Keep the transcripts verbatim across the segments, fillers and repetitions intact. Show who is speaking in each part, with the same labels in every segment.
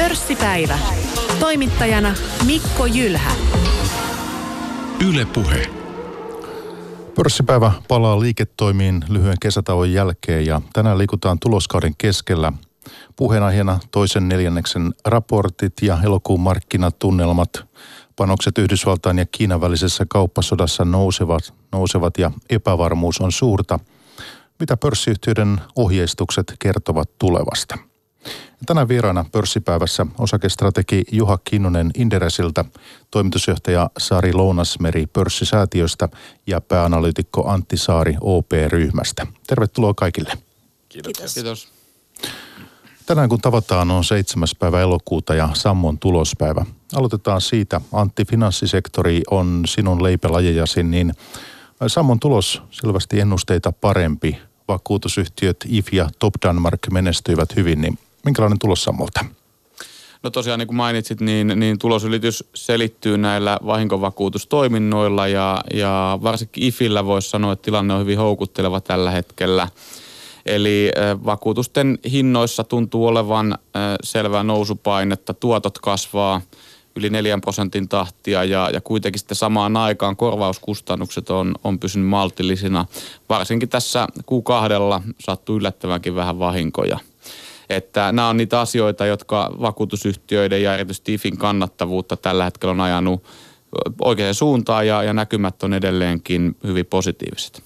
Speaker 1: Pörssipäivä. Toimittajana Mikko Jylhä.
Speaker 2: Yle Puhe.
Speaker 3: Pörssipäivä palaa liiketoimiin lyhyen kesätauon jälkeen ja tänään liikutaan tuloskauden keskellä. Puheenaiheena toisen neljänneksen raportit ja elokuun markkinatunnelmat. Panokset Yhdysvaltain ja Kiinan välisessä kauppasodassa nousevat, nousevat ja epävarmuus on suurta. Mitä pörssiyhtiöiden ohjeistukset kertovat tulevasta? Tänään vieraana pörssipäivässä osakestrategi Juha Kinnunen Inderesiltä, toimitusjohtaja Sari Lounasmeri Pörssisäätiöstä ja pääanalyytikko Antti Saari O P-ryhmästä. Tervetuloa kaikille.
Speaker 4: Kiitos.
Speaker 5: Kiitos.
Speaker 3: Tänään kun tavataan on seitsemäs päivä elokuuta ja Sammon tulospäivä. Aloitetaan siitä. Antti, finanssisektori on sinun leipälajejasi, niin Sammon tulos selvästi ennusteita parempi. Vakuutusyhtiöt I F ja Top Danmark menestyivät hyvin, niin minkälainen tulos Sammolta?
Speaker 5: No tosiaan niin kuin mainitsit, niin, niin tulosylitys selittyy näillä vahinkovakuutustoiminnoilla ja, ja varsinkin I F Illä voisi sanoa, että tilanne on hyvin houkutteleva tällä hetkellä. Eli äh, vakuutusten hinnoissa tuntuu olevan äh, selvää nousupainetta, tuotot kasvaa yli neljän prosentin tahtia ja, ja kuitenkin sitten samaan aikaan korvauskustannukset on, on pysynyt maltillisina. Varsinkin tässä Q kahdella sattuu yllättävänkin vähän vahinkoja. Että nämä on niitä asioita, jotka vakuutusyhtiöiden ja erityisesti I F In kannattavuutta tällä hetkellä on ajanut oikeaan suuntaan ja, ja näkymät on edelleenkin hyvin positiiviset.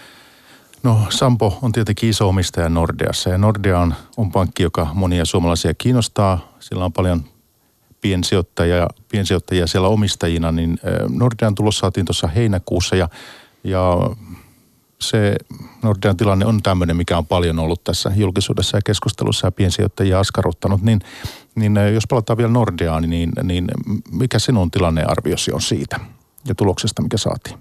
Speaker 3: No Sampo on tietenkin iso omistaja Nordeassa ja Nordea on, on pankki, joka monia suomalaisia kiinnostaa. Sillä on paljon piensijoittajia, piensijoittajia siellä omistajina, niin Nordean tulos saatiin tuossa heinäkuussa ja, ja se Nordean tilanne on tämmöinen, mikä on paljon ollut tässä julkisuudessa ja keskustelussa ja piensijoittajia askarruttanut, niin, niin jos palataan vielä Nordeaan, niin, niin mikä sinun tilannearviosi on siitä ja tuloksesta, mikä saatiin?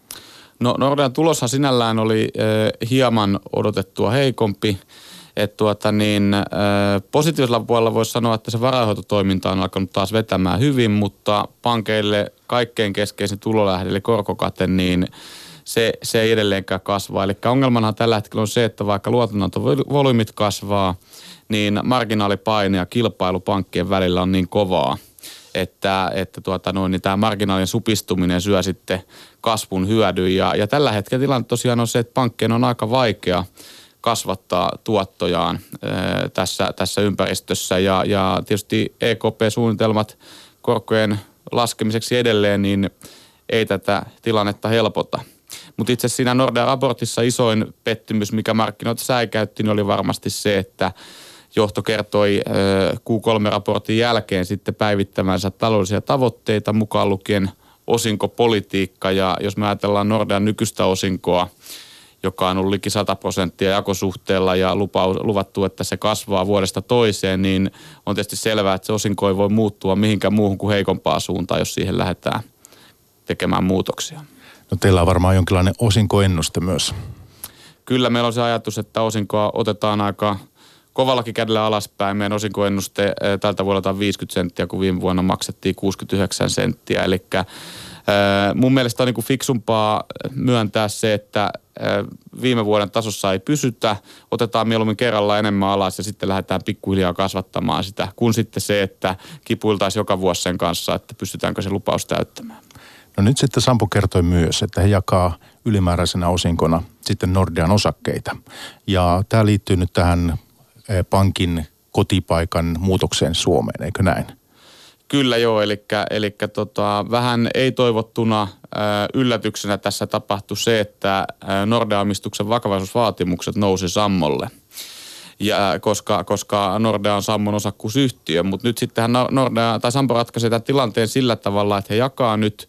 Speaker 5: No Nordean tuloshan sinällään oli äh, hieman odotettua heikompi. Että tuota niin, äh, positiivisella puolella voisi sanoa, että se varainhoitotoiminta on alkanut taas vetämään hyvin, mutta pankeille kaikkein keskeisin tulolähde, eli korkokate, niin se, se ei edelleenkään kasvaa. Eli ongelmanahan tällä hetkellä on se, että vaikka luotonantovolyymit kasvaa, niin marginaalipaine ja kilpailu pankkien välillä on niin kovaa, että, että tuota noin, niin tämä marginaalien supistuminen syö sitten kasvun hyödyn. Ja, ja tällä hetkellä tilanne tosiaan on se, että pankkien on aika vaikea kasvattaa tuottojaan ää, tässä, tässä ympäristössä. Ja, ja tietysti E K P-suunnitelmat korkojen laskemiseksi edelleen, niin ei tätä tilannetta helpota. Mutta itse siinä Nordean raportissa isoin pettymys, mikä markkinoita säikäytti, niin oli varmasti se, että johto kertoi Q kolme -raportin jälkeen sitten päivittämänsä taloudellisia tavoitteita, mukaan lukien osinkopolitiikka. Ja jos me ajatellaan Nordean nykyistä osinkoa, joka on ollut liki sata prosenttia jakosuhteella ja lupaus, luvattu, että se kasvaa vuodesta toiseen, niin on tietysti selvää, että se osinko ei voi muuttua mihinkään muuhun kuin heikompaa suuntaan, jos siihen lähdetään tekemään muutoksia.
Speaker 3: No teillä on varmaan jonkinlainen osinkoennuste myös.
Speaker 5: Kyllä meillä on se ajatus, että osinkoa otetaan aika kovallakin kädellä alaspäin. Meidän osinkoennuste tältä vuodelta on viisikymmentä senttiä, kun viime vuonna maksettiin kuusikymmentäyhdeksän senttiä. Eli mun mielestä on niin kuin fiksumpaa myöntää se, että viime vuoden tasossa ei pysytä. Otetaan mieluummin kerralla enemmän alas ja sitten lähdetään pikkuhiljaa kasvattamaan sitä, kun sitten se, että kipuiltaisiin joka vuosi sen kanssa, että pystytäänkö se lupaus täyttämään.
Speaker 3: No nyt sitten Sampo kertoi myös, että he jakaa ylimääräisenä osinkona sitten Nordean osakkeita. Ja tämä liittyy nyt tähän pankin kotipaikan muutokseen Suomeen, eikö näin?
Speaker 5: Kyllä joo, eli, eli tota, vähän ei-toivottuna äh, yllätyksenä tässä tapahtui se, että äh, Nordea-omistuksen vakavaraisuusvaatimukset nousi Sammolle. Ja, koska, koska Nordea on Sammon osakkuusyhtiö, mutta nyt sittenhän Nordea tai Sampo ratkaisee tämän tilanteen sillä tavalla, että he jakaa nyt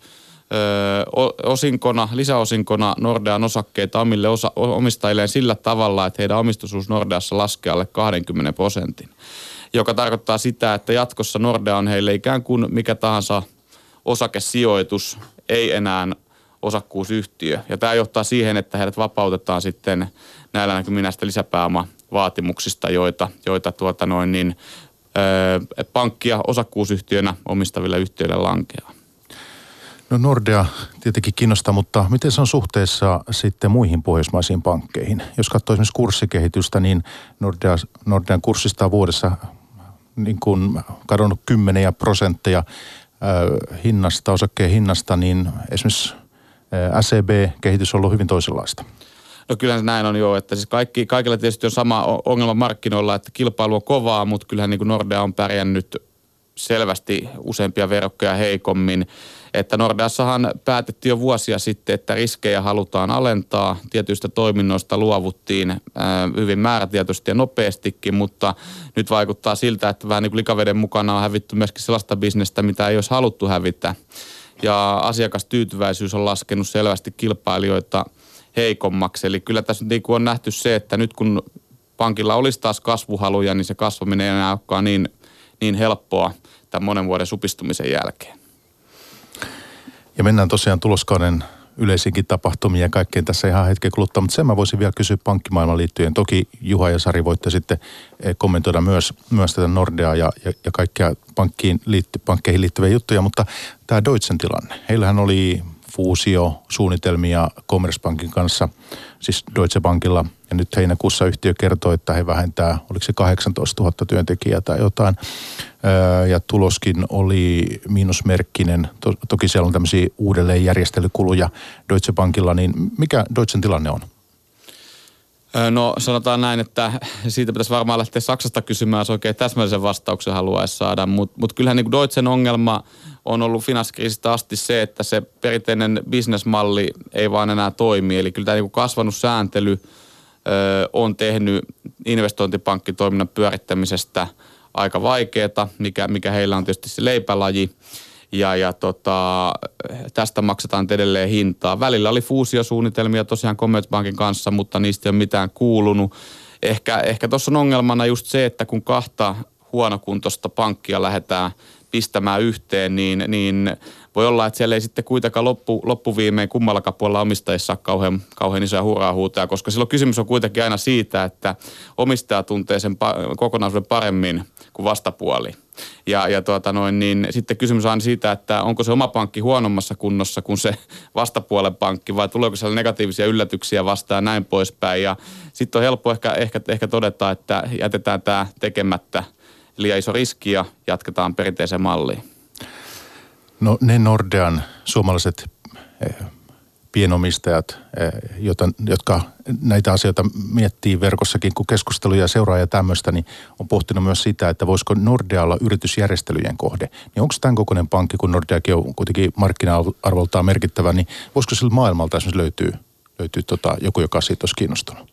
Speaker 5: ö, osinkona, lisäosinkona Nordean osakkeita omille osa, omistajilleen sillä tavalla, että heidän omistusuus Nordeassa laskee alle kaksikymmentä prosentin. Joka tarkoittaa sitä, että jatkossa Nordea on heille ikään kuin mikä tahansa osakesijoitus, ei enää osakkuusyhtiö. Ja tämä johtaa siihen, että heidät vapautetaan sitten näillä näkymin näistä lisäpääomavaatimuksista, joita, joita tuota noin niin, ö, pankkia osakkuusyhtiönä omistaville yhtiöille lankeaa.
Speaker 3: No Nordea tietenkin kiinnostaa, mutta miten se on suhteessa sitten muihin pohjoismaisiin pankkeihin? Jos katsoo esimerkiksi kurssikehitystä, niin Nordea, Nordean kurssista on vuodessa niin kuin kadonnut kymmeniä prosentteja äh, hinnasta, osakkeen hinnasta, niin esimerkiksi äh, S E B-kehitys on ollut hyvin toisenlaista.
Speaker 5: No kyllähän näin on jo, että siis kaikki, kaikilla tietysti on sama ongelma markkinoilla, että kilpailu on kovaa, mutta kyllähän niin kuin Nordea on pärjännyt selvästi useampia verrokkeja heikommin. Että Nordeassahan päätettiin jo vuosia sitten, että riskejä halutaan alentaa. Tietyistä toiminnoista luovuttiin ää, hyvin määrätietoisesti ja nopeastikin, mutta nyt vaikuttaa siltä, että vähän niin kuin likaveden mukana on hävitty myöskin sellaista bisnestä, mitä ei olisi haluttu hävitä. Ja asiakastyytyväisyys on laskenut selvästi kilpailijoita heikommaksi. Eli kyllä tässä niin kuin on nähty se, että nyt kun pankilla olisi taas kasvuhaluja, niin se kasvaminen ei enää olekaan niin, niin helppoa tämän monen vuoden supistumisen jälkeen.
Speaker 3: Ja mennään tosiaan tuloskauden yleisiinkin tapahtumiin ja kaikkeen tässä ihan hetken kuluttua, mutta sen mä voisin vielä kysyä pankkimaailman liittyen. Toki Juha ja Sari voitte sitten kommentoida myös, myös tätä Nordeaa ja, ja, ja kaikkia pankkiin liitty, pankkeihin liittyviä juttuja, mutta tämä Deutschen tilanne. Heillähän oli fuusiosuunnitelmia Commerzbankin kanssa, siis Deutsche Bankilla, ja nyt heinäkuussa yhtiö kertoi, että he vähentää, oliko se kahdeksantoistatuhatta työntekijää tai jotain, ja tuloskin oli miinusmerkkinen. Toki siellä on tämmöisiä uudelleenjärjestelykuluja Deutsche Bankilla, niin mikä Deutschen tilanne on?
Speaker 5: No sanotaan näin, että siitä pitäisi varmaan lähteä Saksasta kysymään, jos oikein täsmällisen vastauksen haluaisi saada, mutta mut kyllähän niin kuin Deutschen ongelma on ollut finanssikriisistä asti se, että se perinteinen bisnesmalli ei vaan enää toimi. Eli kyllä tämä niin kuin kasvanut sääntely ö, on tehnyt investointipankkitoiminnan pyörittämisestä aika vaikeaa, mikä, mikä heillä on tietysti se leipälaji. Ja, ja tota, tästä maksetaan edelleen hintaa. Välillä oli fuusiosuunnitelmia tosiaan Commerzbankin kanssa, mutta niistä ei ole mitään kuulunut. Ehkä, ehkä tuossa on ongelmana just se, että kun kahta huonokuntoista pankkia lähdetään pistämään yhteen, niin, niin voi olla, että siellä ei sitten kuitenkaan loppu, loppuviimein kummallakaan puolella omistajissa ole kauhean, kauhean isoja hurraa-huutoja, koska silloin kysymys on kuitenkin aina siitä, että omistaja tuntee sen pa- kokonaisuuden paremmin kuin vastapuoli. Ja, ja tuota noin, niin sitten kysymys on siitä, että onko se oma pankki huonommassa kunnossa kuin se vastapuolen pankki vai tuleeko siellä negatiivisia yllätyksiä vastaan ja näin poispäin. Ja sitten on helppo ehkä, ehkä, ehkä todeta, että jätetään tämä tekemättä, liian iso riski ja jatketaan perinteiseen malliin.
Speaker 3: No ne Nordean suomalaiset eh, pienomistajat, eh, jota, jotka näitä asioita miettii verkossakin, kun keskusteluja seuraa ja tämmöistä, niin on pohtinut myös sitä, että voisiko Nordea olla yritysjärjestelyjen kohde. Niin onko tämän kokoinen pankki, kun Nordeakin on kuitenkin markkina-arvoltaan merkittävä, niin voisiko sillä maailmalta esimerkiksi löytyy, löytyy tota, joku, joka siitä olisi kiinnostunut?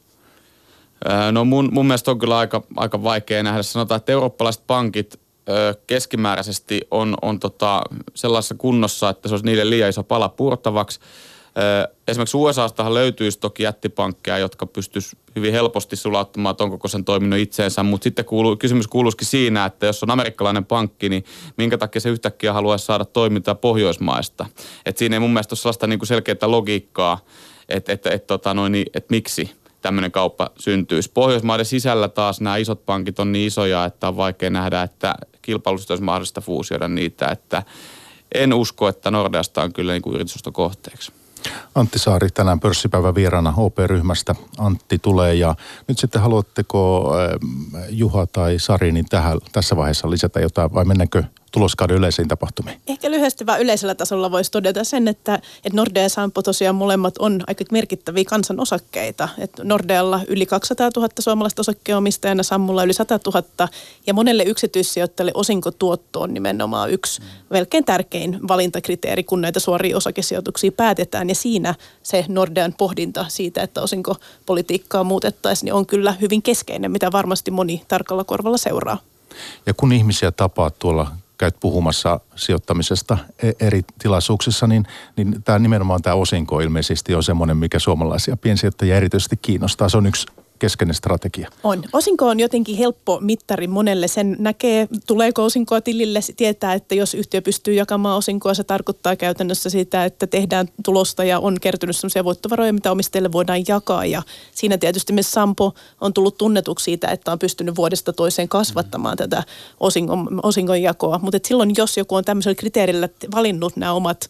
Speaker 5: No mun, mun mielestä on kyllä aika, aika vaikea nähdä. Sanotaan, että eurooppalaiset pankit ö, keskimääräisesti on, on tota sellaisessa kunnossa, että se olisi niille liian iso pala purtavaksi. Ö, esimerkiksi U S A:stahan löytyisi toki jättipankkeja, jotka pystyisi hyvin helposti sulauttamaan ton kokoisen toiminnon itseensä, mutta sitten kuuluu, kysymys kuuluisikin siinä, että jos on amerikkalainen pankki, niin minkä takia se yhtäkkiä haluaisi saada toimintaa Pohjoismaista. Et siinä ei mun mielestä ole sellaista niin kuin selkeää logiikkaa, että et, et, tota noin, et miksi tämmöinen kauppa syntyisi. Pohjoismaiden sisällä taas nämä isot pankit on niin isoja, että on vaikea nähdä, että kilpailusta olisi mahdollista fuusioida niitä. Että en usko, että Nordeasta on kyllä niin kuin yritysostokohteeksi.
Speaker 3: Antti Saari tänään pörssipäivän vieraana O P-ryhmästä. Antti tulee ja nyt sitten haluatteko äh, Juha tai Sari niin tähän, tässä vaiheessa lisätä jotain vai mennäänkö tuloskauden yleisiin tapahtumiin?
Speaker 4: Ehkä lyhyesti vaan yleisellä tasolla voisi todeta sen, että, että Nordea ja Sampo tosiaan molemmat on aika merkittäviä kansanosakkeita. Että Nordealla yli kaksisataatuhatta suomalaista osakkeenomistajana, Sammulla yli sata tuhatta ja monelle yksityissijoittajalle osinkotuotto on nimenomaan yksi mm. melkein tärkein valintakriteeri, kun näitä suoria osakesijoituksia päätetään. Ja siinä se Nordean pohdinta siitä, että osinkopolitiikkaa muutettaisiin, niin on kyllä hyvin keskeinen, mitä varmasti moni tarkalla korvalla seuraa. Ja
Speaker 3: kun ihmisiä tapaat tuolla, käyt puhumassa sijoittamisesta eri tilaisuuksissa, niin, niin tämä nimenomaan tämä osinko ilmeisesti on semmoinen, mikä suomalaisia piensijoittajia erityisesti kiinnostaa. Se on yksi keskeinen strategia. On. Osinko on jotenkin helppo mittari monelle. Sen näkee, tuleeko osinkoa tilille, tietää, että jos yhtiö pystyy jakamaan osinkoa, se tarkoittaa käytännössä sitä, että tehdään tulosta ja on kertynyt sellaisia voittovaroja, mitä omistajille voidaan jakaa. Ja siinä tietysti myös Sampo on tullut tunnetuksi siitä, että on pystynyt vuodesta toiseen kasvattamaan mm. tätä osingon, osingon jakoa. Mutta silloin, jos joku on tämmöisellä kriteerillä valinnut nämä omat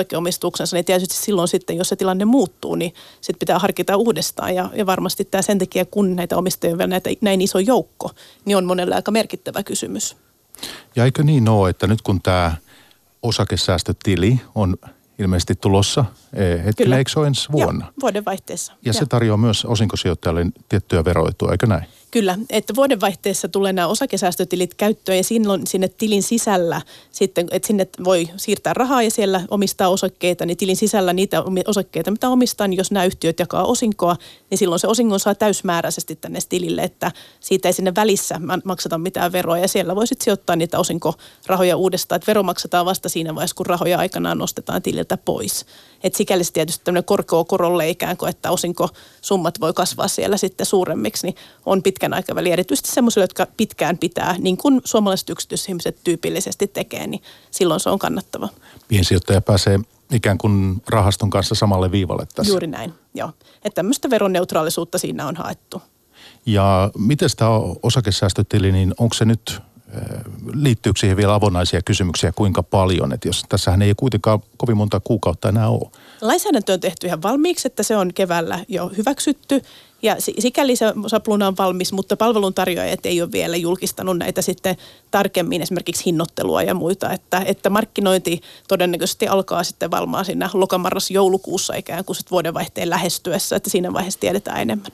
Speaker 3: osakeomistuksensa, niin tietysti silloin sitten, jos se tilanne muuttuu, niin sitten pitää harkita uudestaan. Ja, ja varmasti tämä sen takia
Speaker 4: takia, kun näitä omistajia on vielä näitä, näin iso joukko, niin on monelle aika merkittävä kysymys.
Speaker 3: Ja eikö niin ole, että nyt kun tämä osakesäästötili on ilmeisesti tulossa, hetkinen, eikö se ole ensi vuonna?
Speaker 4: Joo, vuodenvaihteessa.
Speaker 3: Ja se tarjoaa myös osinkosijoittajalle tiettyä veroetua, eikö näin?
Speaker 4: Kyllä, että vuodenvaihteessa tulee nämä osakesäästötilit käyttöön ja silloin sinne tilin sisällä sitten, että sinne voi siirtää rahaa ja siellä omistaa osakkeita, niin tilin sisällä niitä osakkeita, mitä omistaa, niin jos nämä yhtiöt jakaa osinkoa, niin silloin se osingon saa täysmääräisesti tänne tilille, että siitä ei sinne välissä makseta mitään veroa ja siellä voi sitten sijoittaa niitä osinkorahoja uudestaan, että vero maksetaan vasta siinä vaiheessa, kun rahoja aikanaan nostetaan tililtä pois. Että sikäli se tietysti tämmöinen korkea korolle ikään kuin, että osinkosummat voi kasvaa siellä sitten suuremmiksi, niin on pitkän aikavälin. Erityisesti semmoisille, jotka pitkään pitää, niin kuin suomalaiset yksityisihmiset tyypillisesti tekee, niin silloin se on kannattava.
Speaker 3: Piensijoittaja pääsee ikään kuin rahaston kanssa samalle viivalle tässä.
Speaker 4: Juuri näin, joo. Että tämmöistä veroneutraalisuutta siinä on haettu.
Speaker 3: Ja miten tämä osakesäästötili, niin onko se nyt, liittyykö siihen vielä avonaisia kysymyksiä kuinka paljon? Että jos tässähän ei kuitenkaan kovin monta kuukautta enää ole.
Speaker 4: Lainsäädäntö on tehty ihan valmiiksi, että se on keväällä jo hyväksytty ja sikäli se sapluuna on valmis, mutta palveluntarjoajat ei ole vielä julkistanut näitä sitten tarkemmin, esimerkiksi hinnoittelua ja muita, että, että markkinointi todennäköisesti alkaa sitten valmaa siinä lokamarras-joulukuussa ikään kuin vuodenvaihteen lähestyessä, että siinä vaiheessa tiedetään enemmän.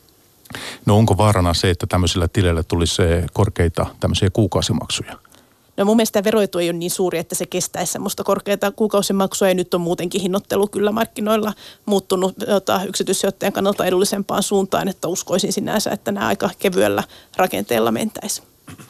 Speaker 3: No onko vaarana se, että tämmöisillä tileillä tulisi korkeita tämmöisiä kuukausimaksuja?
Speaker 4: No mun mielestä veroetu ei ole niin suuri, että se kestäisi semmoista korkeata kuukausimaksua ja nyt on muutenkin hinnoittelu kyllä markkinoilla muuttunut jota, yksityissijoittajan kannalta edullisempaan suuntaan, että uskoisin sinänsä, että nämä aika kevyellä rakenteella mentäisi.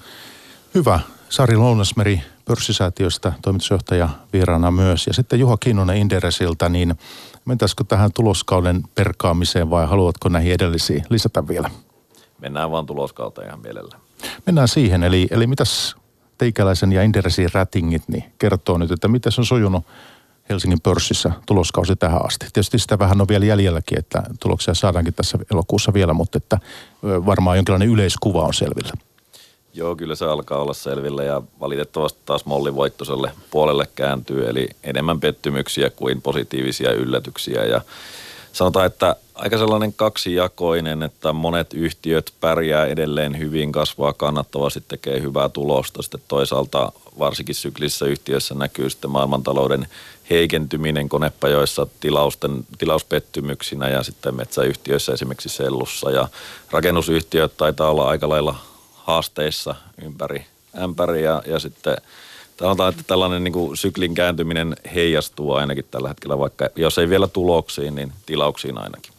Speaker 3: Hyvä. Sari Lounasmeri pörssisäätiöstä, toimitusjohtaja vieraana myös. Ja sitten Juha Kinnunen Inderesiltä, niin mentäisikö tähän tuloskauden perkaamiseen vai haluatko näihin edellisiin lisätä vielä?
Speaker 6: Mennään vaan tuloskauteen ihan mielellään.
Speaker 3: Mennään siihen, eli, eli mitäs Teikäläisen ja Inderesin rätingit niin kertoo nyt, että miten se on sujunut Helsingin pörssissä tuloskausi tähän asti. Tietysti sitä vähän on vielä jäljelläkin, että tuloksia saadaankin tässä elokuussa vielä, mutta että varmaan jonkinlainen yleiskuva on selvillä.
Speaker 6: Joo, kyllä se alkaa olla selvillä ja valitettavasti taas Molli Voittoselle puolelle kääntyy, eli enemmän pettymyksiä kuin positiivisia yllätyksiä. Ja sanotaan, että aika sellainen kaksijakoinen, että monet yhtiöt pärjää edelleen hyvin, kasvaa kannattavasti, tekee hyvää tulosta. Sitten toisaalta varsinkin syklisissä yhtiöissä näkyy sitten maailmantalouden heikentyminen konepajoissa tilausten, tilauspettymyksinä ja sitten metsäyhtiöissä esimerkiksi sellussa. Ja rakennusyhtiöt taitaa olla aika lailla haasteissa ympäri ämpäri ja, ja sitten sanotaan, että tällainen niin kuin syklin kääntyminen heijastuu ainakin tällä hetkellä, vaikka jos ei vielä tuloksiin, niin tilauksiin ainakin.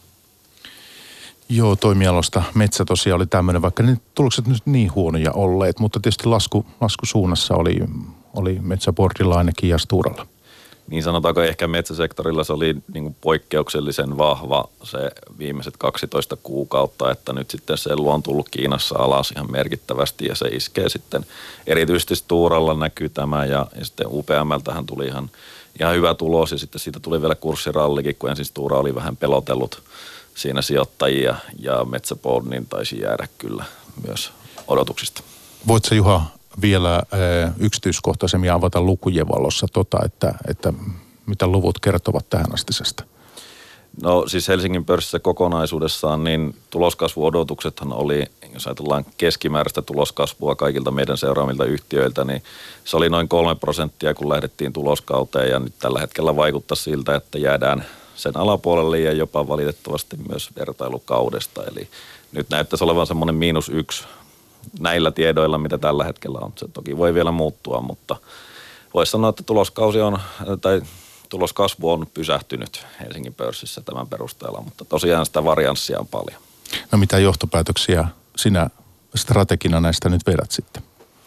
Speaker 3: Joo, toimialosta metsä tosiaan oli tämmöinen, vaikka ne tulokset nyt niin huonoja olleet, mutta tietysti lasku, laskusuunnassa oli, oli Metsäboardilla ainakin ja Sturalla.
Speaker 6: Niin sanotaanko ehkä metsäsektorilla se oli niin kuin poikkeuksellisen vahva se viimeiset kaksitoista kuukautta, että nyt sitten sellu on tullut Kiinassa alas ihan merkittävästi ja se iskee sitten erityisesti Sturalla näkyy tämä ja, ja sitten U P M:ltähän tuli ihan, ihan hyvä tulos ja sitten siitä tuli vielä kurssirallikin, kun ensin Stura oli vähän pelotellut siinä sijoittajia ja Metsäboard niin taisi jäädä kyllä myös odotuksista.
Speaker 3: Voitko Juha vielä ä, yksityiskohtaisemmin avata lukujen valossa tota, että, että mitä luvut kertovat tähän astisesta?
Speaker 6: No siis Helsingin pörssissä kokonaisuudessaan niin tuloskasvuodotuksethan oli, jos ajatellaan keskimääräistä tuloskasvua kaikilta meidän seuraamilta yhtiöiltä, niin se oli noin kolme prosenttia, kun lähdettiin tuloskauteen ja nyt tällä hetkellä vaikuttaa siltä, että jäädään sen alapuolelle ja jopa valitettavasti myös vertailukaudesta. Eli nyt näyttäisi olevan semmoinen miinus yksi näillä tiedoilla, mitä tällä hetkellä on. Se toki voi vielä muuttua, mutta voisi sanoa, että tuloskausi on, tai tuloskasvu on pysähtynyt Helsingin pörssissä tämän perusteella, mutta tosiaan sitä varianssia on paljon.
Speaker 3: No mitä johtopäätöksiä sinä strategina näistä nyt vedät sitten?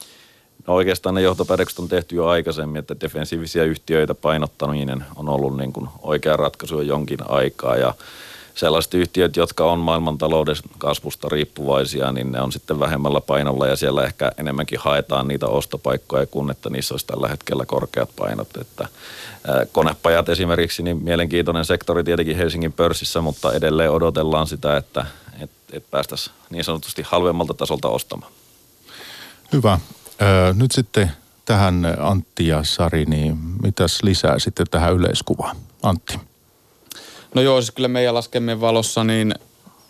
Speaker 6: No oikeastaan ne johtopäätökset on tehty jo aikaisemmin, että defensiivisiä yhtiöitä painottaminen on ollut niin kuin oikea ratkaisu jonkin aikaa ja sellaiset yhtiöt, jotka on maailmantalouden kasvusta riippuvaisia, niin ne on sitten vähemmällä painolla ja siellä ehkä enemmänkin haetaan niitä ostopaikkoja, kun että niissä olisi tällä hetkellä korkeat painot. Että konepajat esimerkiksi, niin mielenkiintoinen sektori tietenkin Helsingin pörssissä, mutta edelleen odotellaan sitä, että et, et päästäisiin niin sanotusti halvemmalta tasolta ostamaan.
Speaker 3: Hyvä. Nyt sitten tähän Antti ja Sari, niin mitäs lisää sitten tähän yleiskuvaan? Antti.
Speaker 5: No joo, siis kyllä meidän laskemien valossa niin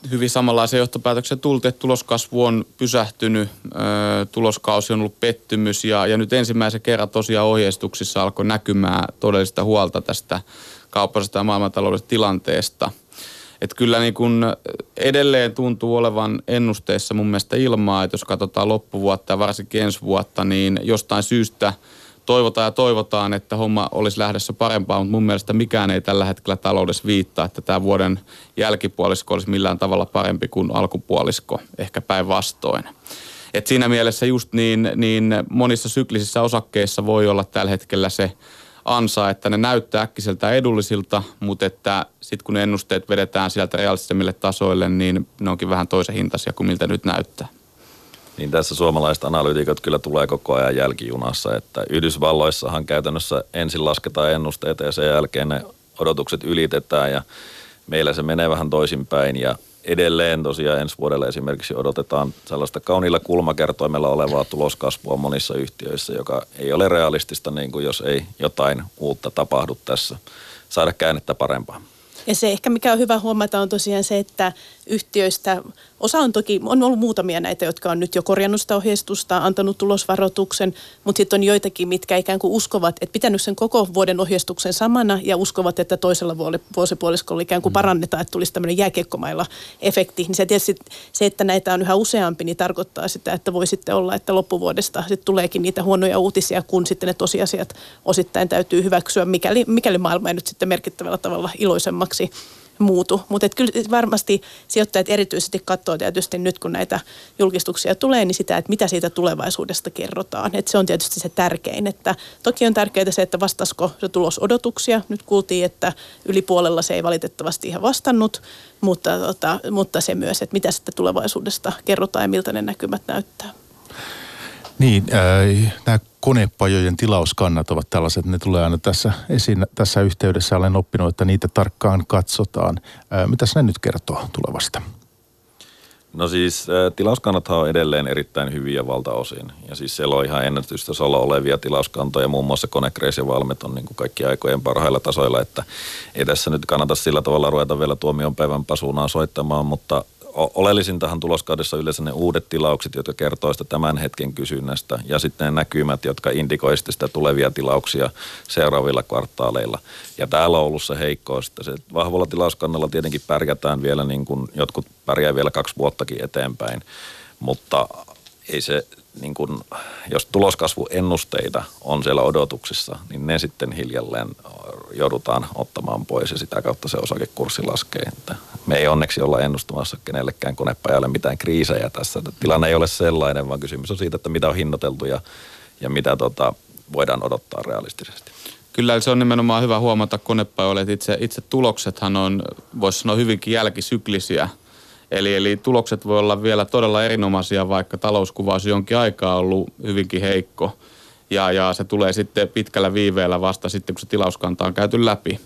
Speaker 5: hyvin samanlaisen johtopäätöksen tultiin, että tuloskasvu on pysähtynyt, tuloskausi on ollut pettymys ja, ja nyt ensimmäisen kerran tosiaan ohjeistuksissa alkoi näkymään todellista huolta tästä kaupallisesta ja maailmantaloudellisesta tilanteesta. Että kyllä niin kun edelleen tuntuu olevan ennusteessa mun mielestä ilmaa, että jos katsotaan loppuvuotta ja varsinkin ensi vuotta, niin jostain syystä toivotaan ja toivotaan, että homma olisi lähdössä parempaa, mutta mun mielestä mikään ei tällä hetkellä taloudessa viittaa, että tämä vuoden jälkipuolisko olisi millään tavalla parempi kuin alkupuolisko, ehkä päinvastoin. Et siinä mielessä just niin, niin monissa syklisissä osakkeissa voi olla tällä hetkellä se ansa, että ne näyttää äkkiseltä edullisilta, mutta että sitten kun ne ennusteet vedetään sieltä realistisemmille tasoille, niin ne onkin vähän toisen hintaisia kuin miltä nyt näyttää.
Speaker 6: Niin tässä suomalaiset analyytikot kyllä tulee koko ajan jälkijunassa, että Yhdysvalloissahan käytännössä ensin lasketaan ennusteita ja sen jälkeen ne odotukset ylitetään ja meillä se menee vähän toisinpäin ja edelleen tosiaan ensi vuodelle esimerkiksi odotetaan sellaista kauniilla kulmakertoimella olevaa tuloskasvua monissa yhtiöissä, joka ei ole realistista, niin kuin jos ei jotain uutta tapahdu tässä, saada käännettä parempaa.
Speaker 4: Ja se ehkä mikä on hyvä huomata on tosiaan se, että yhtiöistä osa on toki, on ollut muutamia näitä, jotka on nyt jo korjannut sitä ohjeistusta, antanut tulosvaroituksen, mutta sitten on joitakin, mitkä ikään kuin uskovat, että pitänyt sen koko vuoden ohjeistuksen samana ja uskovat, että toisella vuosipuoliskolla ikään kuin parannetaan, että tulisi tämmöinen jääkiekkomailla efekti. Niin se tietysti se, että näitä on yhä useampi, niin tarkoittaa sitä, että voi sitten olla, että loppuvuodesta sitten tuleekin niitä huonoja uutisia, kun sitten ne tosiasiat osittain täytyy hyväksyä, mikäli, mikäli maailma ei nyt sitten merkittävällä tavalla iloisemmaksi muutu. Mutta kyllä varmasti sijoittajat erityisesti katsoo tietysti nyt, kun näitä julkistuksia tulee, niin sitä, että mitä siitä tulevaisuudesta kerrotaan. Et se on tietysti se tärkein. Että toki on tärkeää se, että vastasko se tulos odotuksia. Nyt kuultiin, että yli puolella se ei valitettavasti ihan vastannut, mutta, tota, mutta se myös, että mitä sitten tulevaisuudesta kerrotaan ja miltä ne näkymät näyttää.
Speaker 3: Niin, äh, nämä konepajojen tilauskannat ovat tällaiset, ne tulee aina tässä esiin. Tässä yhteydessä olen oppinut, että niitä tarkkaan katsotaan. Äh, mitäs ne nyt kertoo tulevasta?
Speaker 6: No siis äh, tilauskannathan on edelleen erittäin hyviä valtaosin. Ja siis siellä on ihan ennätystasolla olevia tilauskantoja, muun muassa Konecranes ja Valmet on niin kuin kaikki aikojen parhailla tasoilla, että ei tässä nyt kannata sillä tavalla ruveta vielä tuomion päivän pasunaan soittamaan, mutta oleellisintahan tuloskaudessa yleensä ne uudet tilaukset, jotka kertoo sitä tämän hetken kysynnästä ja sitten ne näkymät, jotka indikoi sitä tulevia tilauksia seuraavilla kvartaaleilla. Ja täällä on ollut se heikkous, että se vahvalla tilauskannalla tietenkin pärjätään vielä niin kuin jotkut pärjää vielä kaksi vuottakin eteenpäin, mutta ei se niin kuin, jos tuloskasvuennusteita on siellä odotuksissa, niin ne sitten hiljalleen joudutaan ottamaan pois ja sitä kautta se osakekurssi laskee. Että me ei onneksi olla ennustamassa kenellekään konepajalle mitään kriisejä tässä. Tilanne ei ole sellainen, vaan kysymys on siitä, että mitä on hinnoiteltu ja, ja mitä tota, voidaan odottaa realistisesti.
Speaker 5: Kyllä se on nimenomaan hyvä huomata konepajoille, että itse, itse tuloksethan on, voisi sanoa, hyvinkin jälkisyklisiä. Eli, eli tulokset voi olla vielä todella erinomaisia, vaikka talouskuvaus jonkin aikaa ollut hyvinkin heikko. Ja, ja se tulee sitten pitkällä viiveellä vasta sitten, kun se tilauskanta on käyty läpi.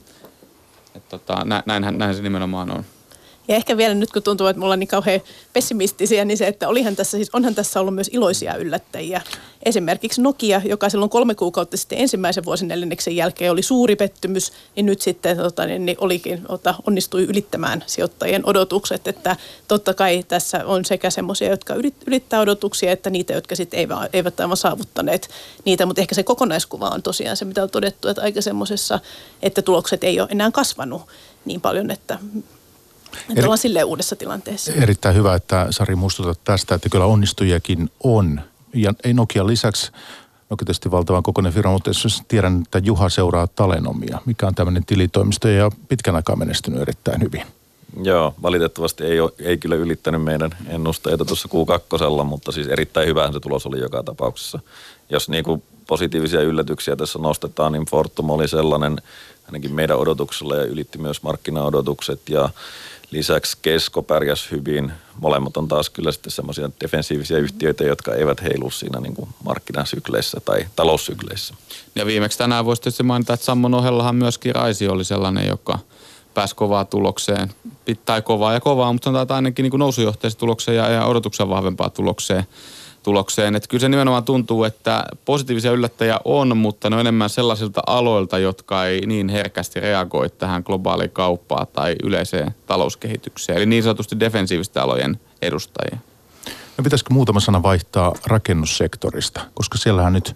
Speaker 5: Et tota, näinhän, näin se nimenomaan on.
Speaker 4: Ja ehkä vielä nyt, kun tuntuu, että me ollaan niin kauhean pessimistisiä, niin se, että olihan tässä, siis onhan tässä ollut myös iloisia yllättäjiä. Esimerkiksi Nokia, joka silloin kolme kuukautta sitten ensimmäisen vuosineljänneksen jälkeen oli suuri pettymys, niin nyt sitten tota, niin olikin, ota, onnistui ylittämään sijoittajien odotukset. Että totta kai tässä on sekä semmoisia, jotka ylittää odotuksia, että niitä, jotka sitten eivät, eivät aivan saavuttaneet niitä. Mutta ehkä se kokonaiskuva on tosiaan se, mitä on todettu, että aika semmoisessa, että tulokset ei ole enää kasvanut niin paljon, että... Että ollaan silleen uudessa tilanteessa.
Speaker 3: Erittäin hyvä, että Sari muistutat tästä, että kyllä onnistujakin on. Ja Nokian lisäksi, Nokia tietysti valtavan kokoinen firma, mutta jos tiedän, että Juha seuraa Talenomia, mikä on tämmöinen tilitoimisto ja pitkän aikaa menestynyt erittäin hyvin.
Speaker 6: Joo, valitettavasti ei, ole, ei kyllä ylittänyt meidän ennusteita tuossa Q kaksi, mutta siis erittäin hyvähän se tulos oli joka tapauksessa. Jos niin kuin positiivisia yllätyksiä tässä nostetaan, niin Fortum oli sellainen ainakin meidän odotuksella ja ylitti myös markkinaodotukset ja lisäksi Kesko pärjäsi hyvin. Molemmat on taas kyllä sitten semmoisia defensiivisiä yhtiöitä, jotka eivät heilu siinä niin kuin markkinasykleissä tai taloussykleissä.
Speaker 5: Ja viimeksi tänään voisi tietysti mainita, että Sammon ohellahan myöskin Raisi oli sellainen, joka pääsi kovaa tulokseen. Tai kovaa ja kovaa, mutta sanotaan, että ainakin niin kuin nousujohteiseen tulokseen ja, ja odotuksen vahvempaa tulokseen. tulokseen. Että kyllä se nimenomaan tuntuu, että positiivisia yllättäjiä on, mutta ne on enemmän sellaisilta aloilta, jotka ei niin herkästi reagoi tähän globaaliin kauppaan tai yleiseen talouskehitykseen. Eli niin sanotusti defensiivisten alojen edustajia.
Speaker 3: No pitäisikö muutama sana vaihtaa rakennussektorista, koska siellähän nyt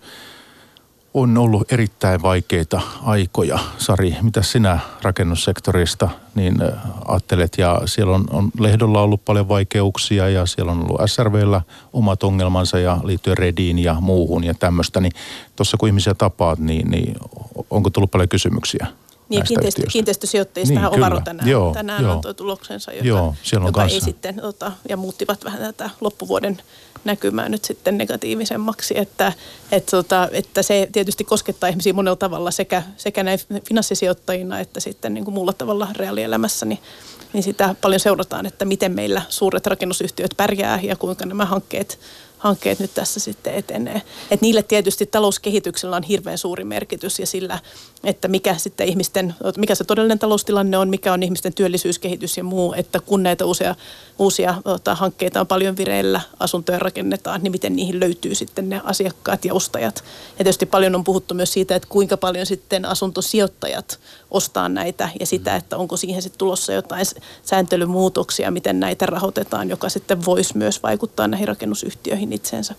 Speaker 3: on ollut erittäin vaikeita aikoja. Sari, mitä sinä rakennussektorista niin ajattelet? Ja siellä on, on Lehdolla ollut paljon vaikeuksia ja siellä on ollut S R V:llä omat ongelmansa ja liittyen Rediin ja muuhun ja tämmöistä. Niin tuossa kun ihmisiä tapaat, niin, niin onko tullut paljon kysymyksiä?
Speaker 4: Niin, kiinteistö, kiinteistösijoittajistahan niin, Ovaro tänään,
Speaker 3: joo,
Speaker 4: tänään
Speaker 3: joo.
Speaker 4: antoi tuloksensa, joka,
Speaker 3: joo,
Speaker 4: joka ei sitten, ota, ja muuttivat vähän tätä loppuvuoden näkymää nyt sitten negatiivisemmaksi, että, että, tota, että se tietysti koskettaa ihmisiä monella tavalla sekä, sekä näin finanssisijoittajina että sitten niin kuin muulla tavalla reaalielämässä, niin, niin sitä paljon seurataan, että miten meillä suuret rakennusyhtiöt pärjää ja kuinka nämä hankkeet hankkeet nyt tässä sitten etenee. Et niille tietysti talouskehityksellä on hirveän suuri merkitys ja sillä, että mikä sitten ihmisten, mikä se todellinen taloustilanne on, mikä on ihmisten työllisyyskehitys ja muu, että kun näitä uusia, uusia ota, hankkeita on paljon vireillä, asuntoja rakennetaan, niin miten niihin löytyy sitten ne asiakkaat ja ostajat. Ja tietysti paljon on puhuttu myös siitä, että kuinka paljon sitten asuntosijoittajat ostaa näitä ja sitä, että onko siihen sitten tulossa jotain sääntelymuutoksia, miten näitä rahoitetaan, joka sitten voisi myös vaikuttaa näihin rakennusyhtiöihin itseensä.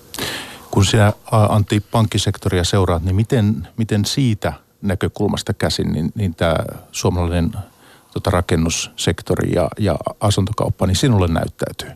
Speaker 3: Kun sinä, Antti, pankkisektoria seuraat, niin miten, miten siitä näkökulmasta käsin niin, niin tämä suomalainen tota, rakennussektori ja, ja asuntokauppa, niin sinulle näyttäytyy?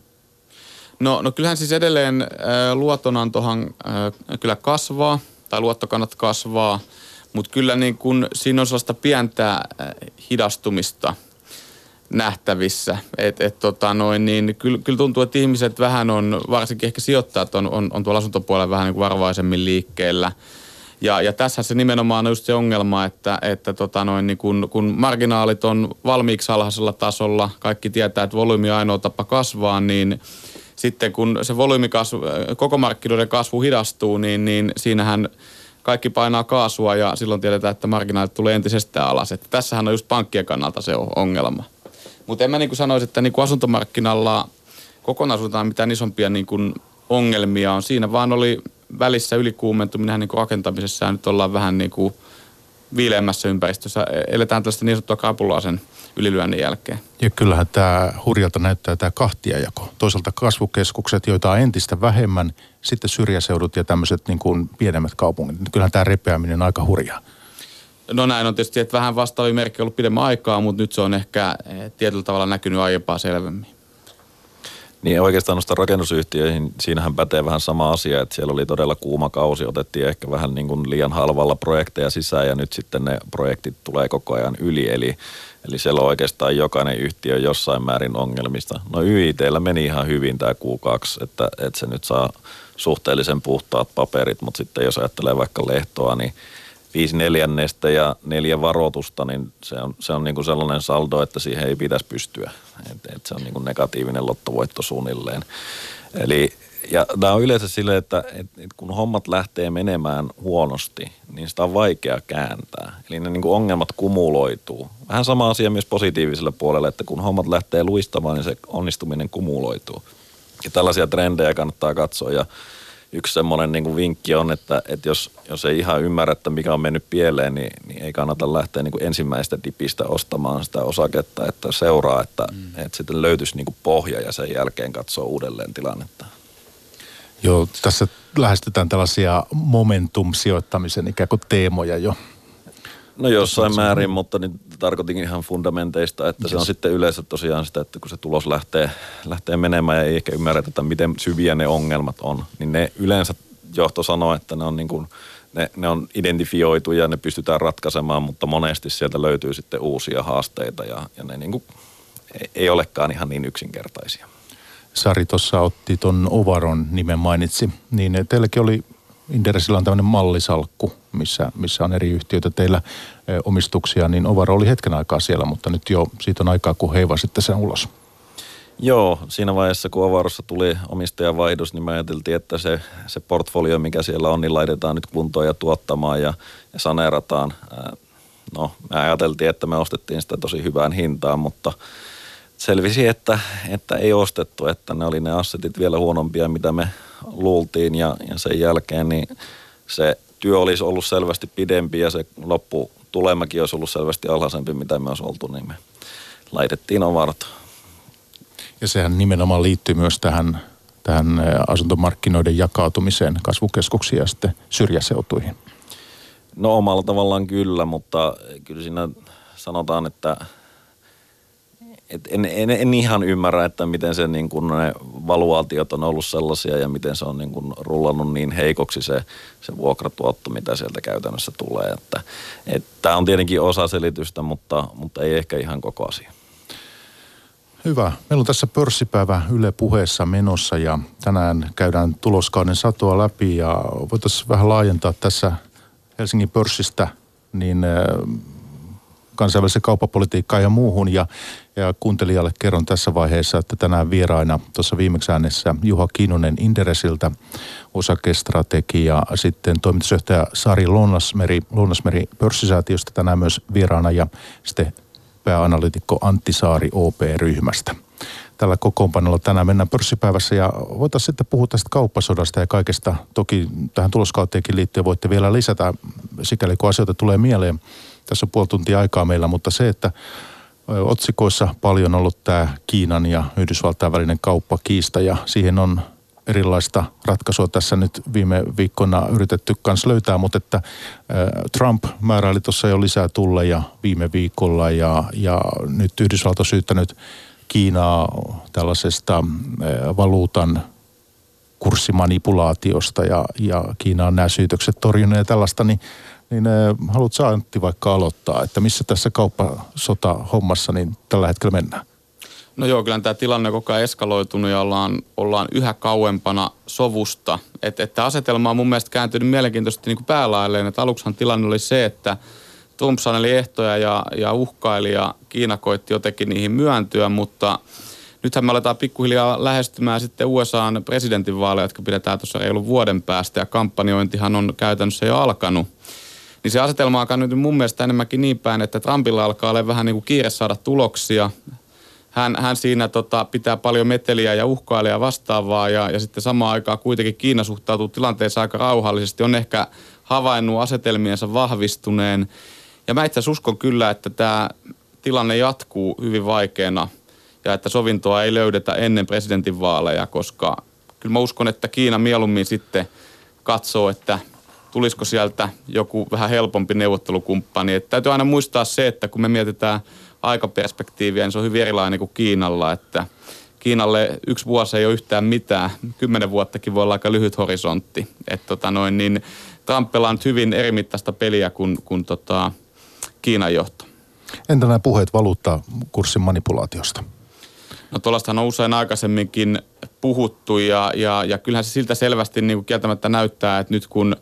Speaker 3: No,
Speaker 5: no kyllähän siis edelleen äh, luotonantohan äh, kyllä kasvaa, tai luottokannat kasvaa, mutta kyllä niin kun siinä on sellaista pientä äh, hidastumista nähtävissä. Et, et, tota noin, niin kyllä, kyllä tuntuu, että ihmiset vähän on, varsinkin ehkä sijoittajat on, on, on tuolla asuntopuolella vähän niin kuin varovaisemmin liikkeellä. Ja, ja tässä se nimenomaan on just se ongelma, että, että tota noin, niin kun, kun marginaalit on valmiiksi alhaisella tasolla, kaikki tietää, että volyymi on ainoa tapa kasvaa, niin sitten kun se volyymikasvu, koko markkinoiden kasvu hidastuu, niin, niin siinähän kaikki painaa kaasua ja silloin tiedetään, että marginaalit tulee entisestään alas. Että tässähän on just pankkien kannalta se ongelma. Mutta en mä niin kuin sanoisi, että niin kuin asuntomarkkinalla kokonaisuuteen mitään isompia niin kuin ongelmia on. Siinä vaan oli välissä ylikuumentuminen niin kuin rakentamisessa ja nyt ollaan vähän niin kuin viileämmässä ympäristössä. Eletään tällaista niin sanottua krapulaisen ylilyönnin jälkeen.
Speaker 3: Ja kyllähän tämä hurjalta näyttää tämä kahtiajako. Toisaalta kasvukeskukset, joita on entistä vähemmän, sitten syrjäseudut ja tämmöiset niin kuin pienemmät kaupungit. Kyllähän tämä repeäminen on aika hurjaa.
Speaker 5: No näin on tietysti, että vähän vastaavia merkkejä ollut pidemmän aikaa, mutta nyt se on ehkä tietyllä tavalla näkynyt aiempaa selvemmin.
Speaker 6: Niin oikeastaan noista rakennusyhtiöihin, siinähän pätee vähän sama asia, että siellä oli todella kuuma kausi, otettiin ehkä vähän niin kuin liian halvalla projekteja sisään ja nyt sitten ne projektit tulee koko ajan yli, eli, eli siellä on oikeastaan jokainen yhtiö jossain määrin ongelmista. No Y I T:llä meni ihan hyvin tämä Q kaksi, että, että se nyt saa suhteellisen puhtaat paperit, mutta sitten jos ajattelee vaikka Lehtoa, niin viisi neljännestä ja neljä varoitusta, niin se on, se on niin kuin sellainen saldo, että siihen ei pitäisi pystyä. Et, et se on niin kuin negatiivinen lottovoitto suunnilleen. Eli, ja tämä on yleensä silleen, että et, et kun hommat lähtee menemään huonosti, niin sitä on vaikea kääntää. Eli ne niin kuin ongelmat kumuloituu. Vähän sama asia myös positiivisella puolella, että kun hommat lähtee luistamaan, niin se onnistuminen kumuloituu. Ja tällaisia trendejä kannattaa katsoa ja yksi semmoinen niin kuin vinkki on, että, että jos, jos ei ihan ymmärrä, että mikä on mennyt pieleen, niin, niin ei kannata lähteä niin kuin ensimmäistä dipistä ostamaan sitä osaketta, että seuraa, että, mm. että sitten löytyisi niin kuin pohja ja sen jälkeen katsoo uudelleen tilannetta.
Speaker 3: Joo, tässä lähestytään tällaisia momentum-sijoittamisen ikään kuin teemoja jo.
Speaker 6: No jossain määrin, mutta niin tarkoitin ihan fundamenteista, että se on sitten yleensä tosiaan sitä, että kun se tulos lähtee, lähtee menemään ja ei ehkä ymmärretä, että miten syviä ne ongelmat on, niin ne yleensä johto sanoo, että ne on, niin kuin, ne, ne on identifioitu ja ne pystytään ratkaisemaan, mutta monesti sieltä löytyy sitten uusia haasteita ja, ja ne niin kuin ei olekaan ihan niin yksinkertaisia.
Speaker 3: Sari tuossa otti ton Ovaron nimen mainitsi, niin teilläkin oli Inderesillä on tämmöinen mallisalkku, missä, missä on eri yhtiöitä teillä e, omistuksia, niin Ovaro oli hetken aikaa siellä, mutta nyt jo siitä on aikaa, kun heivasitte sen ulos.
Speaker 6: Joo, siinä vaiheessa, kun Ovarossa tuli omistajavaihdos, niin me ajateltiin, että se, se portfolio, mikä siellä on, niin laitetaan nyt kuntoon ja tuottamaan ja, ja saneerataan. No, me ajateltiin, että me ostettiin sitä tosi hyvään hintaan, mutta selvisi, että, että ei ostettu, että ne oli ne assetit vielä huonompia, mitä me luultiin ja, ja sen jälkeen niin se työ olisi ollut selvästi pidempi ja se lopputulemakin olisi ollut selvästi alhaisempi, mitä me olisi oltu, niin me laitettiin ovartaan.
Speaker 3: Ja sehän nimenomaan liittyy myös tähän, tähän asuntomarkkinoiden jakautumiseen kasvukeskuksiin ja sitten syrjäseutuihin.
Speaker 6: No omalla tavallaan kyllä, mutta kyllä siinä sanotaan, että et en, en, en ihan ymmärrä, että miten se niin kun ne valuaatiot on ollut sellaisia ja miten se on niin kun rullannut niin heikoksi se, se vuokratuotto, mitä sieltä käytännössä tulee. Että, et tämä on tietenkin osa selitystä, mutta, mutta ei ehkä ihan koko asia.
Speaker 3: Hyvä. Meillä on tässä pörssipäivä Yle Puheessa menossa ja tänään käydään tuloskauden satoa läpi ja voitaisiin vähän laajentaa tässä Helsingin pörssistä niin kansainvälisen kauppapolitiikkaan ja muuhun. Ja, ja kuuntelijalle kerron tässä vaiheessa, että tänään vieraina tuossa viimeksi äänessä Juha Kinnunen Inderesiltä, osakestrategi ja sitten toimitusjohtaja Sari Lounasmeri, Lounasmeri pörssisäätiöstä tänään myös vieraana ja sitten pääanalyytikko Antti Saari O P-ryhmästä. Tällä kokoonpanolla tänään mennään pörssipäivässä ja voitaisiin sitten puhua tästä kauppasodasta ja kaikesta. Toki tähän tuloskauteenkin liittyen voitte vielä lisätä, sikäli kun asioita tulee mieleen. Tässä on puoli tuntia aikaa meillä, mutta se, että otsikoissa paljon ollut tämä Kiinan ja Yhdysvaltain välinen kauppakiista ja siihen on erilaista ratkaisua tässä nyt viime viikkoina yritetty kanssa löytää, mutta että Trump määräili tuossa jo lisää tulleja viime viikolla ja, ja nyt Yhdysvallat on syyttänyt Kiinaa tällaisesta valuutan kurssimanipulaatiosta ja, ja Kiina on nämä syytökset torjunut ja tällaista, niin, niin haluatko Antti vaikka aloittaa, että missä tässä kauppasota-hommassa niin tällä hetkellä mennään?
Speaker 5: No joo, kyllä tämä tilanne on koko ajan eskaloitunut ja ollaan, ollaan yhä kauempana sovusta. Että et asetelma on mun mielestä kääntynyt mielenkiintoisesti niin kuin päälailleen, että aluksihan tilanne oli se, että Trump saneli ehtoja ja, ja uhkaili ja Kiina koitti jotenkin niihin myöntyä, mutta nythän me aletaan pikkuhiljaa lähestymään sitten U S A:n presidentinvaaleja, jotka pidetään tuossa reilun vuoden päästä ja kampanjointihan on käytännössä jo alkanut. Niin se asetelma alkaa nyt mun mielestä enemmänkin niin päin, että Trumpilla alkaa olla vähän niin kuin kiire saada tuloksia. Hän, hän siinä tota, pitää paljon meteliä ja uhkailijaa vastaavaa ja, ja sitten samaan aikaan kuitenkin Kiina suhtautuu tilanteessa aika rauhallisesti. On ehkä havainnut asetelmiensa vahvistuneen. Ja mä itse asiassa uskon kyllä, että tämä tilanne jatkuu hyvin vaikeana ja että sovintoa ei löydetä ennen presidentinvaaleja, koska kyllä mä uskon, että Kiina mieluummin sitten katsoo, että tulisiko sieltä joku vähän helpompi neuvottelukumppani. Että täytyy aina muistaa se, että kun me mietitään aikaperspektiiviä, niin se on hyvin erilainen kuin Kiinalla, että Kiinalle yksi vuosi ei ole yhtään mitään, kymmenen vuottakin voi olla aika lyhyt horisontti. Että tota noin, niin Trump pelaa nyt hyvin erimittaista peliä kuin, kuin tota Kiinan johto.
Speaker 3: Entä nämä puheet valuuttakurssin manipulaatiosta?
Speaker 5: No tuollaistahan on usein aikaisemminkin puhuttu ja, ja, ja kyllähän se siltä selvästi niin kuin kieltämättä näyttää, että nyt kun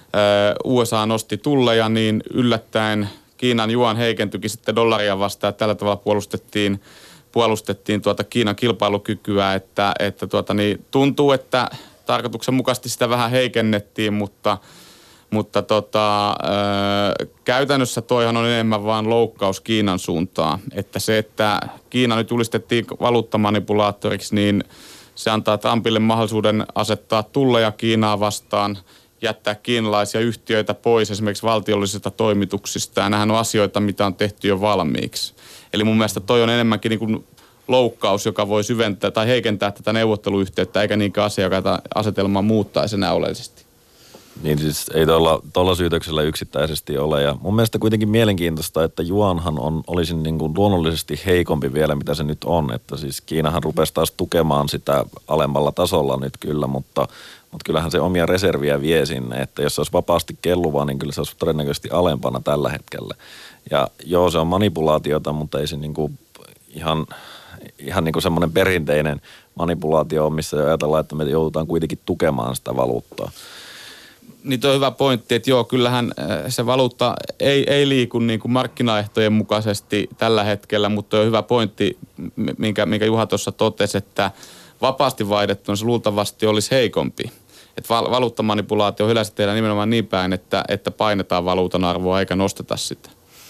Speaker 5: U S A nosti tulleja, niin yllättäen Kiinan juan heikentyikin sitten dollaria vastaan. Tällä tavalla puolustettiin, puolustettiin tuota Kiinan kilpailukykyä, että, että tuota niin, tuntuu, että tarkoituksenmukaisesti sitä vähän heikennettiin, mutta, mutta tota, ö, käytännössä toihan on enemmän vaan loukkaus Kiinan suuntaan. Että se, että Kiina nyt julistettiin valuuttamanipulaattoriksi, niin se antaa Trumpille mahdollisuuden asettaa tulleja Kiinaa vastaan, jättää kiinalaisia yhtiöitä pois esimerkiksi valtiollisista toimituksista. Ja nämähän on asioita, mitä on tehty jo valmiiksi. Eli mun mielestä toi on enemmänkin niin kuin loukkaus, joka voi syventää tai heikentää tätä neuvotteluyhteyttä, eikä niinkään asia, joka asetelmaa muuttaisi enää oleellisesti.
Speaker 6: Niin siis ei tuolla, tuolla syytöksellä yksittäisesti ole. Ja mun mielestä kuitenkin mielenkiintoista, että juanhan on, olisi niin kuin luonnollisesti heikompi vielä, mitä se nyt on. Että siis Kiinahan rupesi taas tukemaan sitä alemmalla tasolla nyt kyllä, mutta, mutta kyllähän se omia reserviä vie sinne. Että jos se olisi vapaasti kelluvaa, niin kyllä se olisi todennäköisesti alempana tällä hetkellä. Ja joo, se on manipulaatiota, mutta ei se niin kuin ihan, ihan niin kuin semmoinen perinteinen manipulaatio on, missä ajatellaan, että me joudutaan kuitenkin tukemaan sitä valuuttaa.
Speaker 5: Niin tuo on hyvä pointti, että joo, kyllähän se valuutta ei, ei liiku niin kuin markkinaehtojen mukaisesti tällä hetkellä, mutta tuo on hyvä pointti, minkä, minkä Juha tuossa totesi, että vapaasti vaihdettuna se luultavasti olisi heikompi. Että valuuttamanipulaatio yleensä tehdään nimenomaan niin päin, että, että painetaan valuutan arvoa eikä nosteta sitä.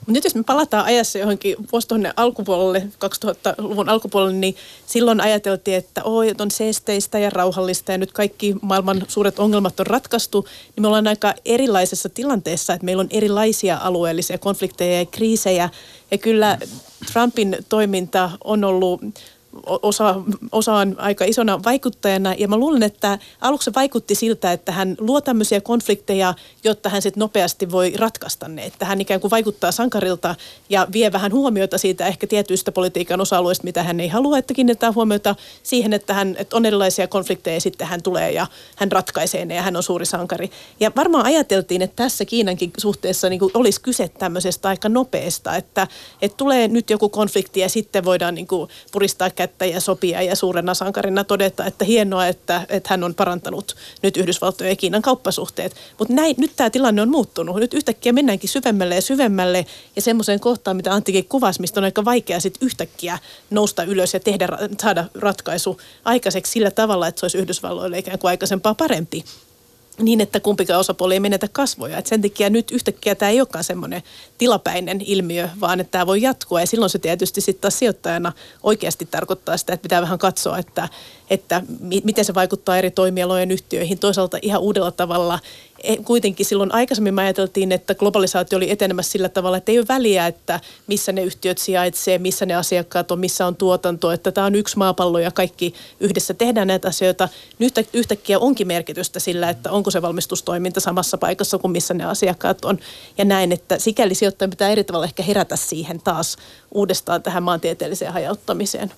Speaker 4: Mutta nyt jos me palataan ajassa johonkin vuosituhannen alkupuolelle, kaksituhattaluvun alkupuolelle, niin silloin ajateltiin, että oi, on seesteistä ja rauhallista ja nyt kaikki maailman suuret ongelmat on ratkaistu. Niin me ollaan aika erilaisessa tilanteessa, että meillä on erilaisia alueellisia konflikteja ja kriisejä. Ja kyllä Trumpin toiminta on ollut Osa, osaan aika isona vaikuttajana, ja mä luulen, että aluksi vaikutti siltä, että hän luo tämmöisiä konflikteja, jotta hän sitten nopeasti voi ratkaista ne. Että hän ikään kuin vaikuttaa sankarilta ja vie vähän huomiota siitä ehkä tietyistä politiikan osa-alueista, mitä hän ei halua, että kiinnitetään huomiota siihen, että, hän, että on erilaisia konflikteja ja sitten hän tulee ja hän ratkaisee ne ja hän on suuri sankari. Ja varmaan ajateltiin, että tässä Kiinankin suhteessa niin kuin olisi kyse tämmöisestä aika nopeasta, että, että tulee nyt joku konflikti ja sitten voidaan niin kuin puristaa ja sopia ja suurena sankarina todeta, että hienoa, että, että hän on parantanut nyt Yhdysvaltojen ja Kiinan kauppasuhteet. Mutta nyt tämä tilanne on muuttunut. Nyt yhtäkkiä mennäänkin syvemmälle ja syvemmälle ja semmoiseen kohtaan, mitä Anttikin kuvasi, mistä on aika vaikea sitten yhtäkkiä nousta ylös ja tehdä, saada ratkaisu aikaiseksi sillä tavalla, että se olisi Yhdysvalloille ikään kuin aikaisempaa parempi. Niin, että kumpikaan osapuoli ei menetä kasvoja. Et sen takia nyt yhtäkkiä tämä ei olekaan semmoinen tilapäinen ilmiö, vaan että tämä voi jatkua. Ja silloin se tietysti sitten taas sijoittajana oikeasti tarkoittaa sitä, että pitää vähän katsoa, että, että miten se vaikuttaa eri toimialojen yhtiöihin. Toisaalta ihan uudella tavalla. Kuitenkin silloin aikaisemmin me ajateltiin, että globalisaatio oli etenemässä sillä tavalla, että ei ole väliä, että missä ne yhtiöt sijaitsee, missä ne asiakkaat on, missä on tuotanto, että tämä on yksi maapallo ja kaikki yhdessä tehdään näitä asioita. Nyt yhtäkkiä onkin merkitystä sillä, että onko se valmistustoiminta samassa paikassa kuin missä ne asiakkaat on. Ja näin, että sikäli sijoittajan pitää eri tavalla ehkä herätä siihen taas uudestaan tähän maantieteelliseen hajauttamiseen.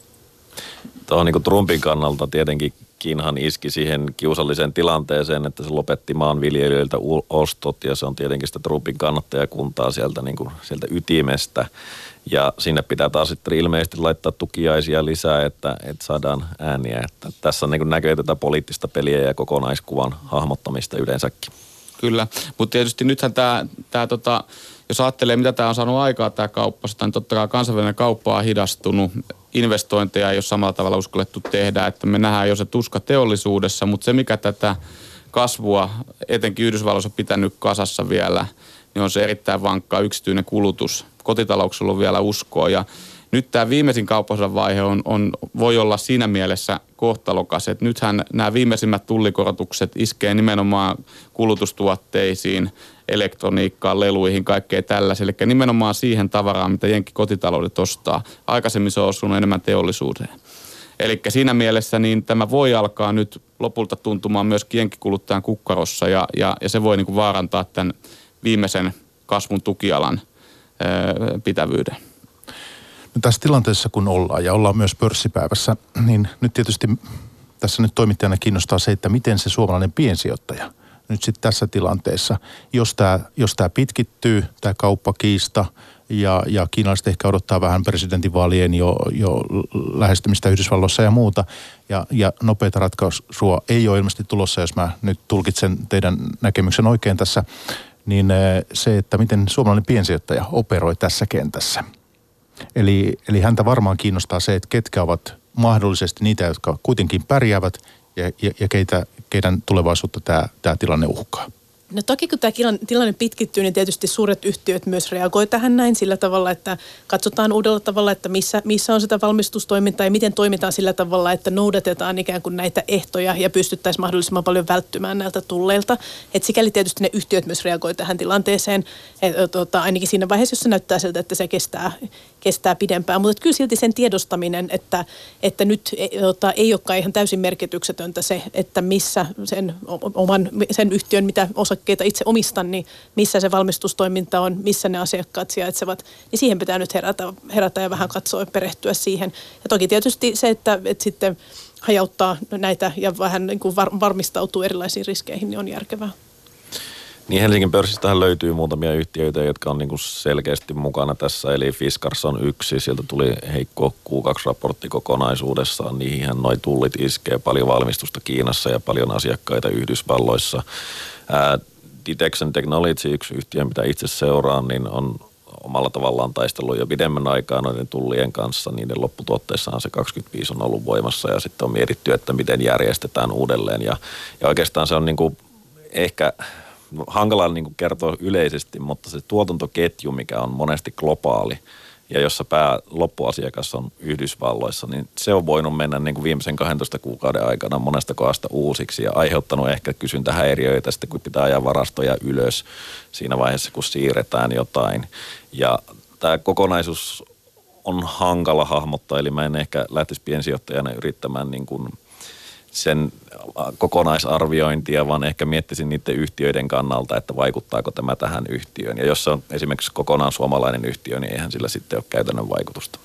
Speaker 6: Tuohon niin kuin Trumpin kannalta tietenkin Kiinahan iski siihen kiusalliseen tilanteeseen, että se lopetti maanviljelijöiltä ostot ja se on tietenkin sitä Trumpin kannattajakuntaa sieltä, niin kuin, sieltä ytimestä. Ja sinne pitää taas sitten ilmeisesti laittaa tukiaisia lisää, että, että saadaan ääniä. Että tässä niin kuin näkee tätä poliittista peliä ja kokonaiskuvan hahmottamista yleensäkin. Kyllä, mutta tietysti nythän tämä, tämä tota, jos ajattelee mitä tämä on saanut aikaa tämä kauppa, niin totta kai kansainvälinen kauppa on hidastunut. Investointeja ei ole samalla tavalla uskallettu tehdä, että me nähdään jo se tuska teollisuudessa, mutta se mikä tätä kasvua etenkin Yhdysvalloissa pitänyt kasassa vielä, niin on se erittäin vankka yksityinen kulutus. Kotitalouksilla on vielä uskoa ja nyt tämä viimeisin kauppasodan vaihe on, on, voi olla siinä mielessä kohtalokas, että nythän nämä viimeisimmät tullikorotukset iskee nimenomaan kulutustuotteisiin, elektroniikkaan, leluihin, kaikkeen tällaiseen. Eli nimenomaan siihen tavaraan, mitä jenkkikotitaloudet ostaa. Aikaisemmin se on osunut enemmän teollisuuteen. Eli siinä mielessä niin tämä voi alkaa nyt lopulta tuntumaan myöskin jenkkikuluttajan kukkarossa ja, ja, ja se voi niin kuin vaarantaa tämän viimeisen kasvun tukialan ää, pitävyyden.
Speaker 3: No tässä tilanteessa kun ollaan ja ollaan myös pörssipäivässä, niin nyt tietysti tässä nyt toimittajana kiinnostaa se, että miten se suomalainen piensijoittaja nyt sitten tässä tilanteessa, jos tämä jos tämä pitkittyy, tämä kauppakiista ja, ja kiinalaiset ehkä odottaa vähän presidentinvaalien jo, jo lähestymistä Yhdysvalloissa ja muuta ja, ja nopeita ratkaisua ei ole ilmeisesti tulossa, jos mä nyt tulkitsen teidän näkemyksen oikein tässä, niin se, että miten suomalainen piensijoittaja operoi tässä kentässä. Eli, eli häntä varmaan kiinnostaa se, että ketkä ovat mahdollisesti niitä, jotka kuitenkin pärjäävät ja, ja, ja keitä, keidän tulevaisuutta tämä, tämä tilanne uhkaa.
Speaker 4: No toki kun tämä tilanne pitkittyy, niin tietysti suuret yhtiöt myös reagoi tähän näin sillä tavalla, että katsotaan uudella tavalla, että missä, missä on sitä valmistustoimintaa ja miten toimitaan sillä tavalla, että noudatetaan ikään kuin näitä ehtoja ja pystyttäisiin mahdollisimman paljon välttymään näiltä tulleilta. Et sikäli tietysti ne yhtiöt myös reagoi tähän tilanteeseen, et, tota, ainakin siinä vaiheessa, jossa näyttää siltä, että se kestää, kestää pidempään. Mutta kyllä silti sen tiedostaminen, että, että nyt tota, ei olekaan ihan täysin merkityksetöntä se, että missä sen oman sen yhtiön, mitä osa itse omistan, niin missä se valmistustoiminta on, missä ne asiakkaat sijaitsevat, niin siihen pitää nyt herätä, herätä ja vähän katsoa ja perehtyä siihen. Ja toki tietysti se, että, että sitten hajauttaa näitä ja vähän niin kuin var, varmistautuu erilaisiin riskeihin, niin on järkevää.
Speaker 6: Niin Helsingin pörssistähän löytyy muutamia yhtiöitä, jotka on niin kuin selkeästi mukana tässä, eli Fiskars on yksi, sieltä tuli heikko Q kaksi-raportti kokonaisuudessaan, niihinhän noi tullit iskee paljon valmistusta Kiinassa ja paljon asiakkaita Yhdysvalloissa. Ää, Detection Technology, yksi yhtiö, mitä itse seuraan, niin on omalla tavallaan taistellut jo pidemmän aikaa noiden tullien kanssa. Niiden lopputuotteessahan se kaksikymmentäviisi on ollut voimassa ja sitten on mietitty, että miten järjestetään uudelleen. Ja, ja oikeastaan se on niin kuin ehkä hankala niin kuin kertoa yleisesti, mutta se tuotantoketju, mikä on monesti globaali ja jossa pää loppuasiakas on Yhdysvalloissa, niin se on voinut mennä niin kuin viimeisen kahdentoista kuukauden aikana monesta kohdasta uusiksi ja aiheuttanut ehkä kysyntähäiriöitä sitten, kun pitää ajaa varastoja ylös siinä vaiheessa, kun siirretään jotain. Ja tämä kokonaisuus on hankala hahmottaa, eli mä en ehkä lähtisi piensijoittajana yrittämään niin kuin sen kokonaisarviointia, vaan ehkä miettisin niiden yhtiöiden kannalta, että vaikuttaako tämä tähän yhtiöön. Ja jos se on esimerkiksi kokonaan suomalainen yhtiö, niin eihän sillä sitten ole käytännön vaikutusta.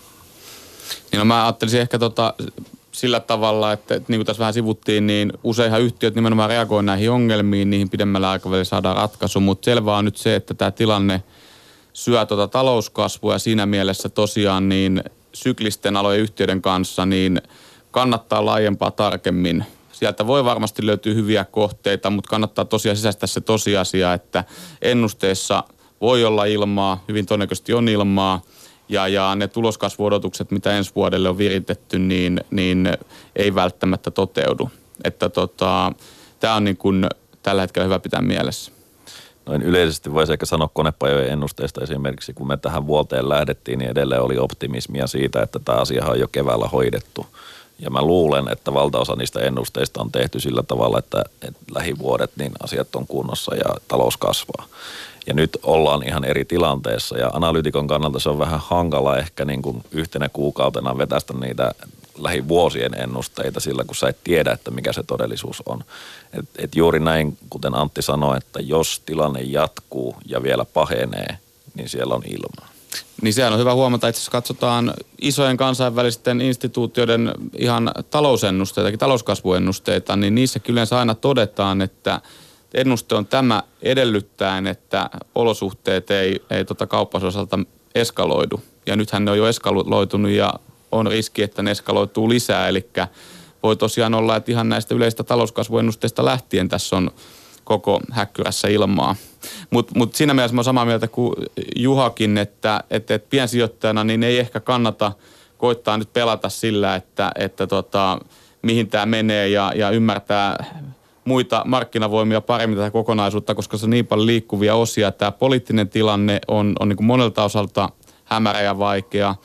Speaker 5: Niin no mä ajattelisin ehkä tota sillä tavalla, että niin kuin tässä vähän sivuttiin, niin useinhan yhtiöt nimenomaan reagoi näihin ongelmiin, niihin pidemmällä aikavälillä saadaan ratkaisu, mutta selvää on nyt se, että tämä tilanne syö tuota talouskasvua ja siinä mielessä tosiaan niin syklisten alojen yhtiöiden kanssa niin kannattaa laajempaa tarkemmin. Sieltä voi varmasti löytyä hyviä kohteita, mutta kannattaa tosiaan sisäistää se tosiasia, että ennusteessa voi olla ilmaa, hyvin todennäköisesti on ilmaa, ja, ja ne tuloskasvuodotukset, mitä ensi vuodelle on viritetty, niin, niin ei välttämättä toteudu. Että tota, tämä on niin kuin tällä hetkellä hyvä pitää mielessä.
Speaker 6: Noin yleisesti voisi ehkä sanoa konepajojen ennusteista esimerkiksi, kun me tähän vuoteen lähdettiin, niin edelleen oli optimismia siitä, että tämä asia on jo keväällä hoidettu. Ja mä luulen, että valtaosa niistä ennusteista on tehty sillä tavalla, että, että lähivuodet niin asiat on kunnossa ja talous kasvaa. Ja nyt ollaan ihan eri tilanteessa ja analyytikon kannalta se on vähän hankala ehkä niin kuin yhtenä kuukautena vetästä niitä lähivuosien ennusteita sillä, kun sä et tiedä, että mikä se todellisuus on. Et, et juuri näin, kuten Antti sanoi, että jos tilanne jatkuu ja vielä pahenee, niin siellä on ilmaa.
Speaker 5: Niin sehän on hyvä huomata, että jos katsotaan isojen kansainvälisten instituutioiden ihan talousennusteita, talouskasvuennusteita, niin niissä kyllä yleensä aina todetaan, että ennuste on tämä edellyttäen, että olosuhteet ei, ei tota kauppasosalta eskaloidu. Ja nythän ne on jo eskaloitunut ja on riski, että ne eskaloituu lisää. Eli voi tosiaan olla, että ihan näistä yleistä talouskasvuennusteista lähtien tässä on koko häkkyrässä ilmaa. Mutta mut siinä mielessä mä oon samaa mieltä kuin Juhakin, että, että, että piensijoittajana niin ei ehkä kannata koittaa nyt pelata sillä, että, että tota, mihin tämä menee ja, ja ymmärtää muita markkinavoimia paremmin tätä kokonaisuutta, koska se on niin paljon liikkuvia osia. Tämä poliittinen tilanne on, on niin kuin monelta osalta hämärä ja vaikea.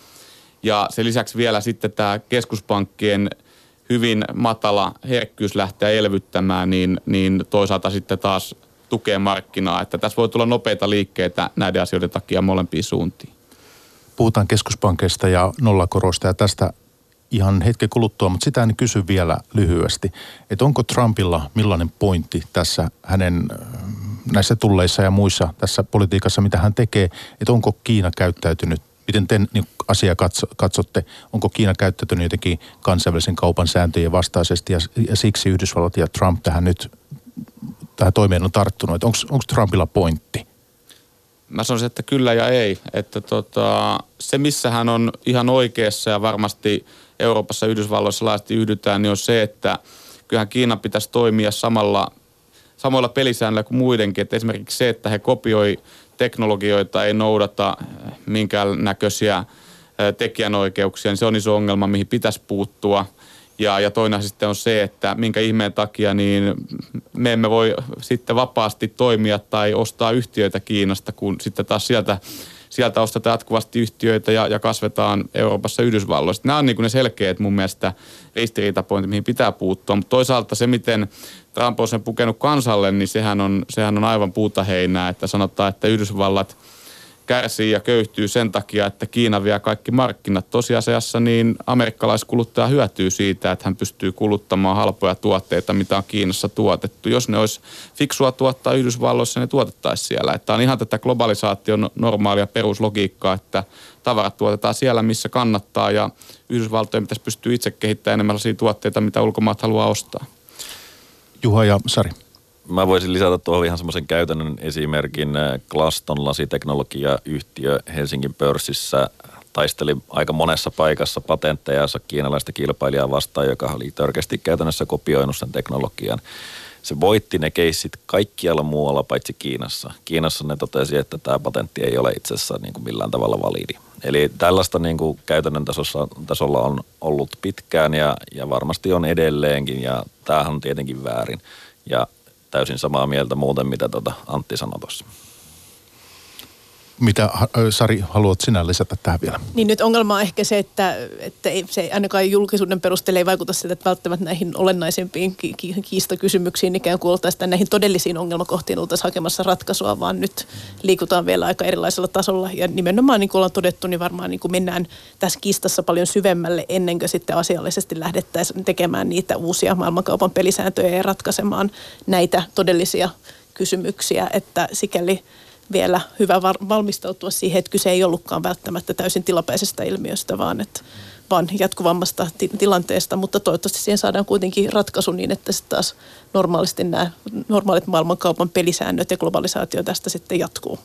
Speaker 5: Ja sen lisäksi vielä sitten tämä keskuspankkien hyvin matala herkkyys lähteä elvyttämään, niin, niin toisaalta sitten taas tukee markkinaa. Että tässä voi tulla nopeita liikkeitä näiden asioiden takia molempiin suuntiin.
Speaker 3: Puhutaan keskuspankeista ja nollakorosta ja tästä ihan hetken kuluttua, mutta sitä en kysy vielä lyhyesti. Että onko Trumpilla millainen pointti tässä hänen näissä tulleissa ja muissa tässä politiikassa, mitä hän tekee, että onko Kiina käyttäytynyt, miten te niin asia katso, katsotte, onko Kiina käyttäytynyt jotenkin kansainvälisen kaupan sääntöjen vastaisesti ja, ja siksi Yhdysvallat ja Trump tähän nyt, tähän toimeen on tarttunut, onko, onko Trumpilla pointti?
Speaker 5: Mä sanoisin, että kyllä ja ei, että tota, se missä hän on ihan oikeassa ja varmasti Euroopassa ja Yhdysvalloissa laajasti yhdytään, niin on se, että kyllähän Kiina pitäisi toimia samalla, samoilla pelisäännöillä kuin muidenkin. Että esimerkiksi se, että he kopioi teknologioita, ei noudata minkään näköisiä tekijänoikeuksia, niin se on iso ongelma, mihin pitäisi puuttua. Ja, ja toinen sitten on se, että minkä ihmeen takia niin me emme voi sitten vapaasti toimia tai ostaa yhtiöitä Kiinasta, kun sitten taas sieltä Sieltä ostetaan jatkuvasti yhtiöitä ja, ja kasvetaan Euroopassa ja Yhdysvalloissa. Nämä on niin kuin ne selkeät mun mielestä ristiriitapointit, mihin pitää puuttua. Mutta toisaalta se, miten Trump on sen pukenut kansalle, niin sehän on, sehän on aivan puuta heinää. Että sanotaan, että Yhdysvallat kärsii ja köyhtyy sen takia, että Kiina vie kaikki markkinat. Tosiasiassa niin amerikkalaiskuluttaja hyötyy siitä, että hän pystyy kuluttamaan halpoja tuotteita, mitä on Kiinassa tuotettu. Jos ne olisi fiksua tuottaa Yhdysvalloissa, ne tuotettaisiin siellä. Että on ihan tätä globalisaation normaalia peruslogiikkaa, että tavarat tuotetaan siellä, missä kannattaa ja Yhdysvaltojen pitäisi pystyä itse kehittämään enemmän sellaisia tuotteita, mitä ulkomaat haluaa ostaa.
Speaker 3: Juha ja Sari.
Speaker 6: Mä voisin lisätä tuohon ihan semmoisen käytännön esimerkin. Glaston lasiteknologiayhtiö Helsingin pörssissä taisteli aika monessa paikassa patenttejansa kiinalaista kilpailijaa vastaan, joka oli törkeästi käytännössä kopioinut sen teknologian. Se voitti ne keissit kaikkialla muualla paitsi Kiinassa. Kiinassa ne totesi, että tämä patentti ei ole itse asiassa niin kuin millään tavalla validi. Eli tällaista niin kuin käytännön tasossa, tasolla on ollut pitkään ja, ja varmasti on edelleenkin ja tämähän on tietenkin väärin. Ja täysin samaa mieltä muuten, mitä tota Antti sanoi tuossa.
Speaker 3: Mitä, Sari, haluat sinä lisätä tähän vielä?
Speaker 4: Niin nyt ongelma on ehkä se, että, että ei, se ainakaan julkisuuden perusteella ei vaikuta siltä, että välttämättä näihin olennaisempiin ki- ki- kiistakysymyksiin ikään kuin oltaisiin näihin todellisiin ongelmakohtiin oltaisiin hakemassa ratkaisua, vaan nyt liikutaan vielä aika erilaisella tasolla. Ja nimenomaan niin kuin ollaan todettu, niin varmaan niin kuin mennään tässä kiistassa paljon syvemmälle ennen kuin sitten asiallisesti lähdettäisiin tekemään niitä uusia maailmankaupan pelisääntöjä ja ratkaisemaan näitä todellisia kysymyksiä, että sikäli vielä hyvä valmistautua siihen, että kyse ei ollutkaan välttämättä täysin tilapäisestä ilmiöstä, vaan, että, vaan jatkuvammasta ti- tilanteesta, mutta toivottavasti siihen saadaan kuitenkin ratkaisu niin, että sitten taas normaalisti nämä normaalit maailmankaupan pelisäännöt ja globalisaatio tästä sitten jatkuu.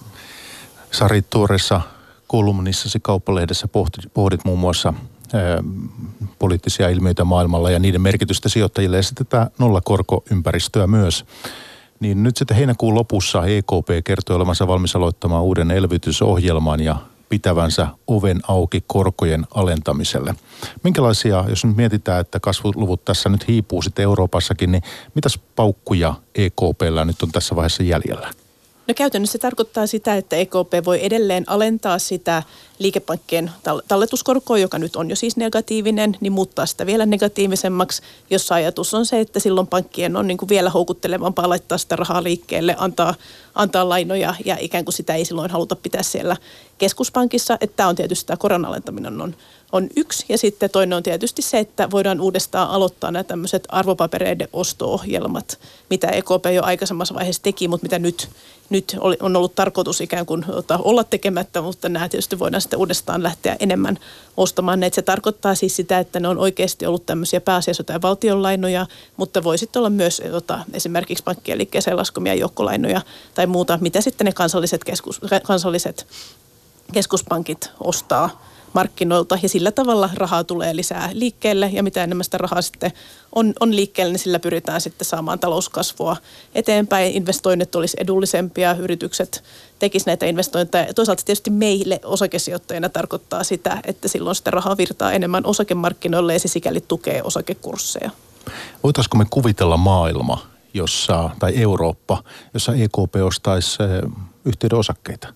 Speaker 3: Sari, tuoreessa kolumnissasi Kauppalehdessä pohdit, pohdit muun muassa ää, poliittisia ilmiöitä maailmalla ja niiden merkitystä sijoittajille ja sitten tätä nollakorkoympäristöä myös. Niin nyt sitten heinäkuun lopussa E K P kertoi olevansa valmis aloittamaan uuden elvytysohjelman ja pitävänsä oven auki korkojen alentamiselle. Minkälaisia, jos nyt mietitään, että kasvuluvut tässä nyt hiipuu sitten Euroopassakin, niin mitäs paukkuja E K P:llä nyt on tässä vaiheessa jäljellä?
Speaker 4: No käytännössä se tarkoittaa sitä, että E K P voi edelleen alentaa sitä liikepankkien talletuskorkoa, joka nyt on jo siis negatiivinen, niin muuttaa sitä vielä negatiivisemmaksi, jossa ajatus on se, että silloin pankkien on niin kuin vielä houkuttelevampaa laittaa sitä rahaa liikkeelle, antaa, antaa lainoja ja ikään kuin sitä ei silloin haluta pitää siellä keskuspankissa. Että tämä on tietysti tämä koron-alentaminen on, on yksi ja sitten toinen on tietysti se, että voidaan uudestaan aloittaa nämä tämmöiset arvopapereiden osto-ohjelmat, mitä E K P jo aikaisemmassa vaiheessa teki, mutta mitä nyt, nyt on ollut tarkoitus ikään kuin olla tekemättä, mutta nämä tietysti voidaan sitten uudestaan lähteä enemmän ostamaan. Et se tarkoittaa siis sitä, että ne on oikeasti ollut tämmöisiä pääasiassa jotain valtionlainoja, mutta voi sitten olla myös jota, esimerkiksi pankkien liikkeeseen laskumia joukkolainoja tai muuta, mitä sitten ne kansalliset, keskus, kansalliset keskuspankit ostaa markkinoilta ja sillä tavalla rahaa tulee lisää liikkeelle ja mitä enemmän sitä rahaa sitten on, on liikkeelle, niin sillä pyritään sitten saamaan talouskasvua eteenpäin. Investoinnit olisi edullisempia, yritykset tekisivät näitä investointeja. Toisaalta tietysti meille osakesijoittajina tarkoittaa sitä, että silloin sitä rahaa virtaa enemmän osakemarkkinoille ja se sikäli tukee osakekursseja.
Speaker 3: Voitaisiko me kuvitella maailma, jossa, tai Eurooppa, jossa E K P ostaisi yhtiöiden osakkeita?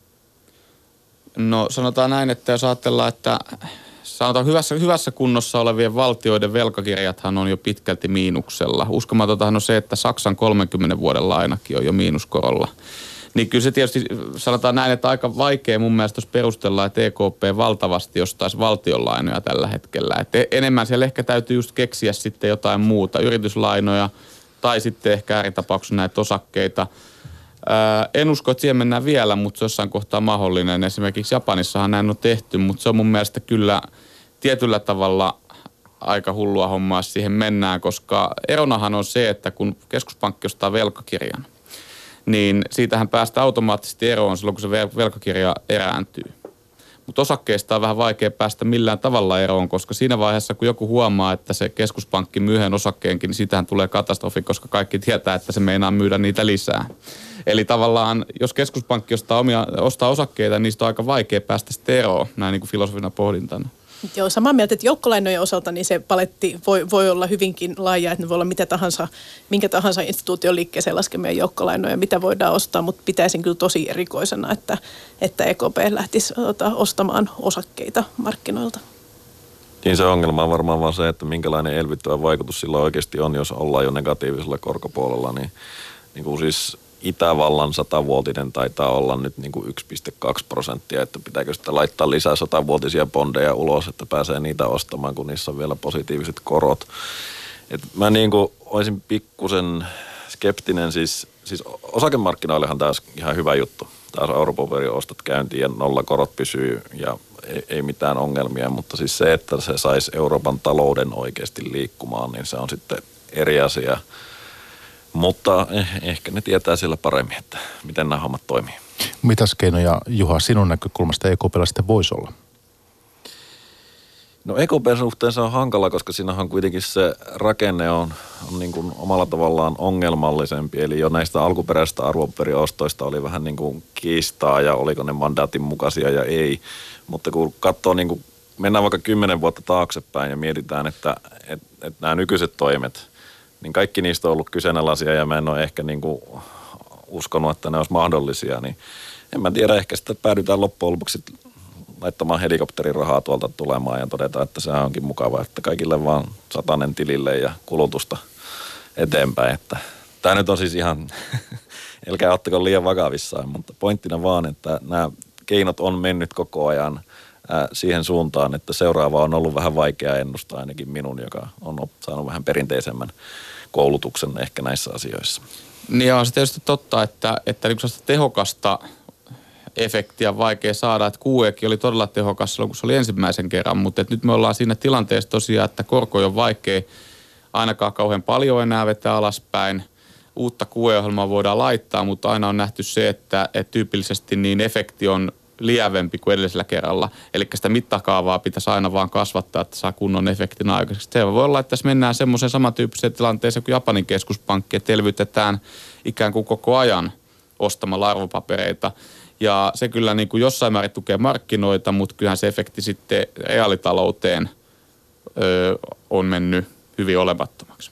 Speaker 5: No sanotaan näin, että jos ajatellaan, että sanotaan hyvässä, hyvässä kunnossa olevien valtioiden velkakirjathan on jo pitkälti miinuksella. Uskomatontahan on se, että Saksan kolmenkymmenen vuoden lainakin on jo miinuskorolla. Niin kyllä se tietysti sanotaan näin, että aika vaikea mun mielestä jos perustellaan, että E K P valtavasti ostaisi valtionlainoja tällä hetkellä. Että enemmän siellä ehkä täytyy just keksiä sitten jotain muuta, yrityslainoja tai sitten ehkä ääritapauksessa näitä osakkeita. Ää, en usko, että siihen mennään vielä, mutta se jossain kohtaa mahdollinen. Esimerkiksi Japanissahan näin on tehty, mutta se on mun mielestä kyllä tietyllä tavalla aika hullua hommaa, siihen mennään, koska eronahan on se, että kun keskuspankki ostaa velkakirjan, niin siitähän päästään automaattisesti eroon silloin, kun se velkakirja erääntyy. Mutta osakkeista on vähän vaikea päästä millään tavalla eroon, koska siinä vaiheessa, kun joku huomaa, että se keskuspankki myy yhden osakkeenkin, niin siitähän tulee katastrofi, koska kaikki tietää, että se meinaa myydä niitä lisää. Eli tavallaan, jos keskuspankki ostaa, omia, ostaa osakkeita, niin niistä on aika vaikea päästä sitten eroon, näin niin kuin filosofina pohdintana.
Speaker 4: Joo, samaa mieltä, että joukkolainojen osalta niin se paletti voi, voi olla hyvinkin laaja, että ne voi olla mitä tahansa, minkä tahansa instituution liikkeeseen laskemia joukkolainoja, mitä voidaan ostaa, mutta pitäisin kyllä tosi erikoisena, että, että E K P lähtisi ota, ostamaan osakkeita markkinoilta.
Speaker 6: Niin se ongelma on varmaan vaan se, että minkälainen elvyttävä vaikutus sillä oikeasti on, jos ollaan jo negatiivisella korkopuolella, niin, niin kuin siis Itävallan satavuotinen taitaa olla nyt niin kuin yksi pilkku kaksi prosenttia, että pitääkö sitä laittaa lisää satavuotisia bondeja ulos, että pääsee niitä ostamaan, kun niissä on vielä positiiviset korot. Et mä niin kuin olisin pikkusen skeptinen, siis, siis osakemarkkinoillehan taas ihan hyvä juttu. Taas Euroopan ostat käyntiin ja nollakorot pysyy ja ei, ei mitään ongelmia, mutta siis se, että se saisi Euroopan talouden oikeasti liikkumaan, niin se on sitten eri asia. Mutta ehkä ne tietää siellä paremmin, että miten nämä hommat toimii.
Speaker 3: Mitäs keinoja, Juha, sinun näkökulmasta E K P:llä sitten voisi olla?
Speaker 6: No E K P:n suhteen se on hankala, koska siinähän kuitenkin se rakenne on, on niin kuin omalla tavallaan ongelmallisempi. Eli jo näistä alkuperäisistä arvopaperiostoista oli vähän niin kuin kiistaa ja oliko ne mandaatin mukaisia ja ei. Mutta kun katsoo, niin kuin, mennään vaikka kymmenen vuotta taaksepäin ja mietitään, että et, et nämä nykyiset toimet niin kaikki niistä on ollut kyseenalaisia ja mä en ole ehkä niin kuin uskonut, että ne olisi mahdollisia, niin en mä tiedä, ehkä sitten päädytään loppujen lopuksi laittamaan helikopterin rahaa tuolta tulemaan ja todetaan, että se onkin mukava, että kaikille vaan satanen tilille ja kulutusta eteenpäin. Että tämä nyt on siis ihan, älkää ottako liian vakavissaan, mutta pointtina vaan, että nämä keinot on mennyt koko ajan siihen suuntaan, että seuraava on ollut vähän vaikea ennustaa ainakin minun, joka on saanut vähän perinteisemmän koulutuksen ehkä näissä asioissa.
Speaker 5: Niin on se tietysti totta, että, että niin tehokasta efektiä on vaikea saada, että Q E:kin oli todella tehokas silloin, kun se oli ensimmäisen kerran, mutta nyt me ollaan siinä tilanteessa tosiaan, että korko on vaikea ainakaan kauhean paljon enää vetää alaspäin. Uutta Q E-ohjelmaa voidaan laittaa, mutta aina on nähty se, että, että tyypillisesti niin efekti on lievempi kuin edellisellä kerralla. Eli sitä mittakaavaa pitäisi aina vaan kasvattaa, että saa kunnon efektin aikaiseksi. Se voi olla, että tässä mennään semmoiseen samantyyppiseen tilanteeseen kuin Japanin keskuspankki, että elvytetään ikään kuin koko ajan ostamalla arvopapereita. Ja se kyllä niin kuin jossain määrin tukee markkinoita, mutta kyllähän se efekti sitten reaalitalouteen ö, on mennyt hyvin olemattomaksi.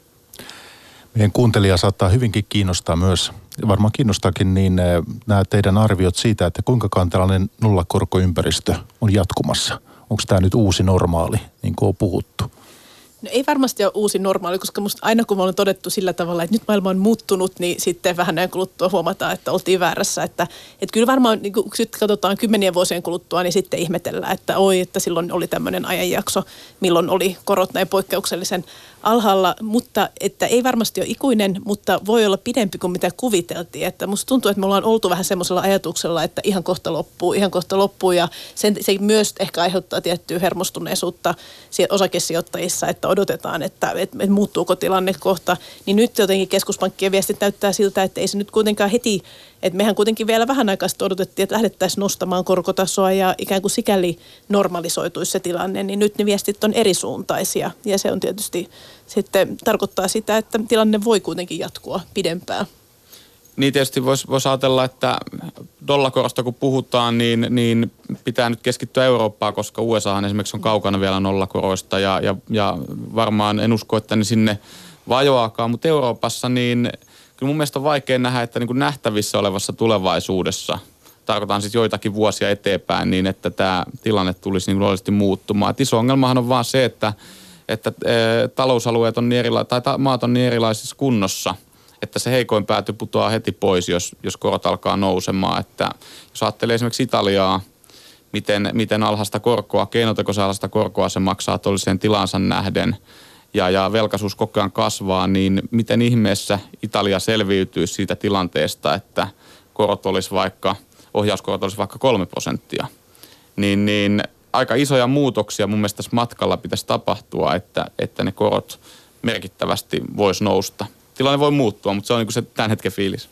Speaker 3: Meidän kuuntelija saattaa hyvinkin kiinnostaa myös, varmaan kiinnostaakin, niin nämä teidän arviot siitä, että kuinka kauan tällainen nollakorkoympäristö on jatkumassa. Onko tämä nyt uusi normaali, niin kuin on puhuttu?
Speaker 4: No ei varmasti ole uusi normaali, koska musta aina kun me ollaan todettu sillä tavalla, että nyt maailma on muuttunut, niin sitten vähän näin kuluttua huomataan, että oltiin väärässä. Että, että kyllä varmaan, niin kun sitten katsotaan kymmenien vuosien kuluttua, niin sitten ihmetellään, että oi, että silloin oli tämmöinen ajanjakso, milloin oli korot näin poikkeuksellisen alhaalla, mutta että ei varmasti ole ikuinen, mutta voi olla pidempi kuin mitä kuviteltiin. Että musta tuntuu, että me ollaan oltu vähän semmoisella ajatuksella, että ihan kohta loppuu, ihan kohta loppuu ja sen, se myös ehkä aiheuttaa tiettyä hermostuneisuutta osakesijoittajissa, että odotetaan, että, että, että muuttuuko tilanne kohta. Niin nyt jotenkin keskuspankkien viestit näyttää siltä, että ei se nyt kuitenkaan heti, että mehän kuitenkin vielä vähän aikaa sitten odotettiin, että lähdettäisiin nostamaan korkotasoa ja ikään kuin sikäli normalisoituisi se tilanne, niin nyt ne viestit on erisuuntaisia ja se on tietysti sitten tarkoittaa sitä, että tilanne voi kuitenkin jatkua pidempään.
Speaker 5: Niin tietysti voisi vois ajatella, että dollakorosta kun puhutaan, niin, niin pitää nyt keskittyä Eurooppaan, koska U S Ahan esimerkiksi on kaukana vielä nollakoroista ja, ja, ja varmaan en usko, että ne sinne vajoakaan, mutta Euroopassa niin kyllä mun mielestä on vaikea nähdä, että niin kuin nähtävissä olevassa tulevaisuudessa, tarkoitan siis joitakin vuosia eteenpäin, niin että tämä tilanne tulisi niin luonnollisesti muuttumaan. Et iso ongelmahan on vaan se, että, että e, talousalueet on niin erila- tai ta- maat on niin erilaisissa kunnossa, että se heikoin pääty putoaa heti pois, jos, jos korot alkaa nousemaan. Että jos ajattelee esimerkiksi Italiaa, miten, miten alhaista korkoa, keinotekoisen alhaista korkoa se maksaa todelliseen tilansa nähden, ja, ja velkaisuus koko ajan kasvaa, niin miten ihmeessä Italia selviytyy siitä tilanteesta, että korot olisi vaikka, ohjauskorot olisi vaikka kolme prosenttia. Niin, niin aika isoja muutoksia mun mielestä tässä matkalla pitäisi tapahtua, että, että ne korot merkittävästi voisi nousta. Tilanne voi muuttua, mutta se on niin kuin se tämän hetken fiilis.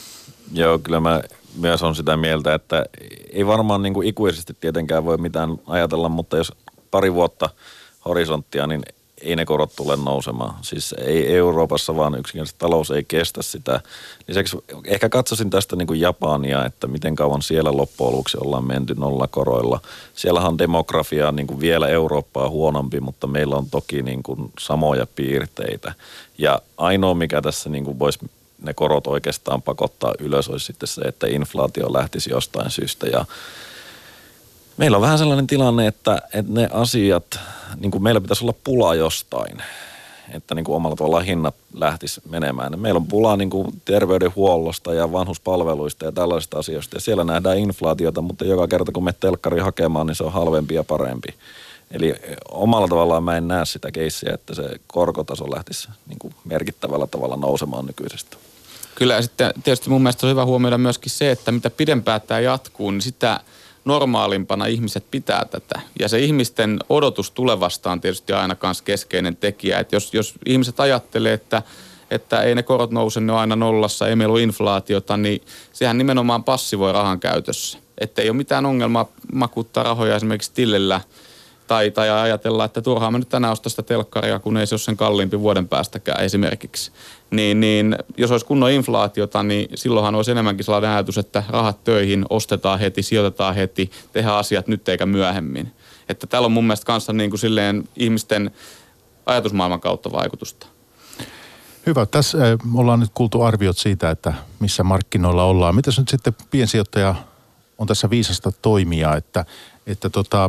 Speaker 6: Joo, kyllä mä myös on sitä mieltä, että ei varmaan niin kuin ikuisesti tietenkään voi mitään ajatella, mutta jos pari vuotta horisonttia, niin ei ne korot tule nousemaan. Siis ei Euroopassa, vaan yksinkertaisesti talous ei kestä sitä. Lisäksi ehkä katsoisin tästä niin kuin Japania, että miten kauan siellä loppujen lopuksi ollaan menty nollakoroilla. Siellähän on demografia niin kuin vielä Eurooppaa huonompi, mutta meillä on toki niin kuin samoja piirteitä. Ja ainoa, mikä tässä niin kuin voisi ne korot oikeastaan pakottaa ylös, olisi sitten se, että inflaatio lähtisi jostain syystä. Ja meillä on vähän sellainen tilanne, että, että ne asiat, niin kuin meillä pitäisi olla pula jostain, että niin kuin omalla tavallaan hinnat lähtisi menemään. Meillä on pulaa niin kuin terveydenhuollosta ja vanhuspalveluista ja tällaisista asioista. Ja siellä nähdään inflaatiota, mutta joka kerta kun me telkkariin hakemaan, niin se on halvempi ja parempi. Eli omalla tavallaan mä en näe sitä keissiä, että se korkotaso lähtisi niin kuin merkittävällä tavalla nousemaan nykyisestä.
Speaker 5: Kyllä ja sitten tietysti mun mielestä on hyvä huomioida myöskin se, että mitä pidempään tämä jatkuu, niin sitä normaalimpana ihmiset pitää tätä. Ja se ihmisten odotus tulevasta on tietysti aina myös keskeinen tekijä. Että jos, jos ihmiset ajattelee, että, että ei ne korot nouse, ne on aina nollassa, ei meillä ole inflaatiota, niin sehän nimenomaan passivoi rahan käytössä. Että ei ole mitään ongelmaa makuuttaa rahoja esimerkiksi tilillä tai, tai ajatella, että turhaan mä nyt tänään ostaa sitä telkkaria, kun ei se ole sen kalliimpi vuoden päästäkään esimerkiksi. Niin, niin jos olisi kunnon inflaatiota, niin silloinhan olisi enemmänkin sellainen ajatus, että rahat töihin, ostetaan heti, sijoitetaan heti, tehdään asiat nyt eikä myöhemmin. Että täällä on mun mielestä kanssa niin kuin silleen ihmisten ajatusmaailman kautta vaikutusta.
Speaker 3: Hyvä. Tässä äh, ollaan nyt kuultu arviot siitä, että missä markkinoilla ollaan. Mitäs nyt sitten piensijoittaja on tässä viisasta toimia, että, että tota,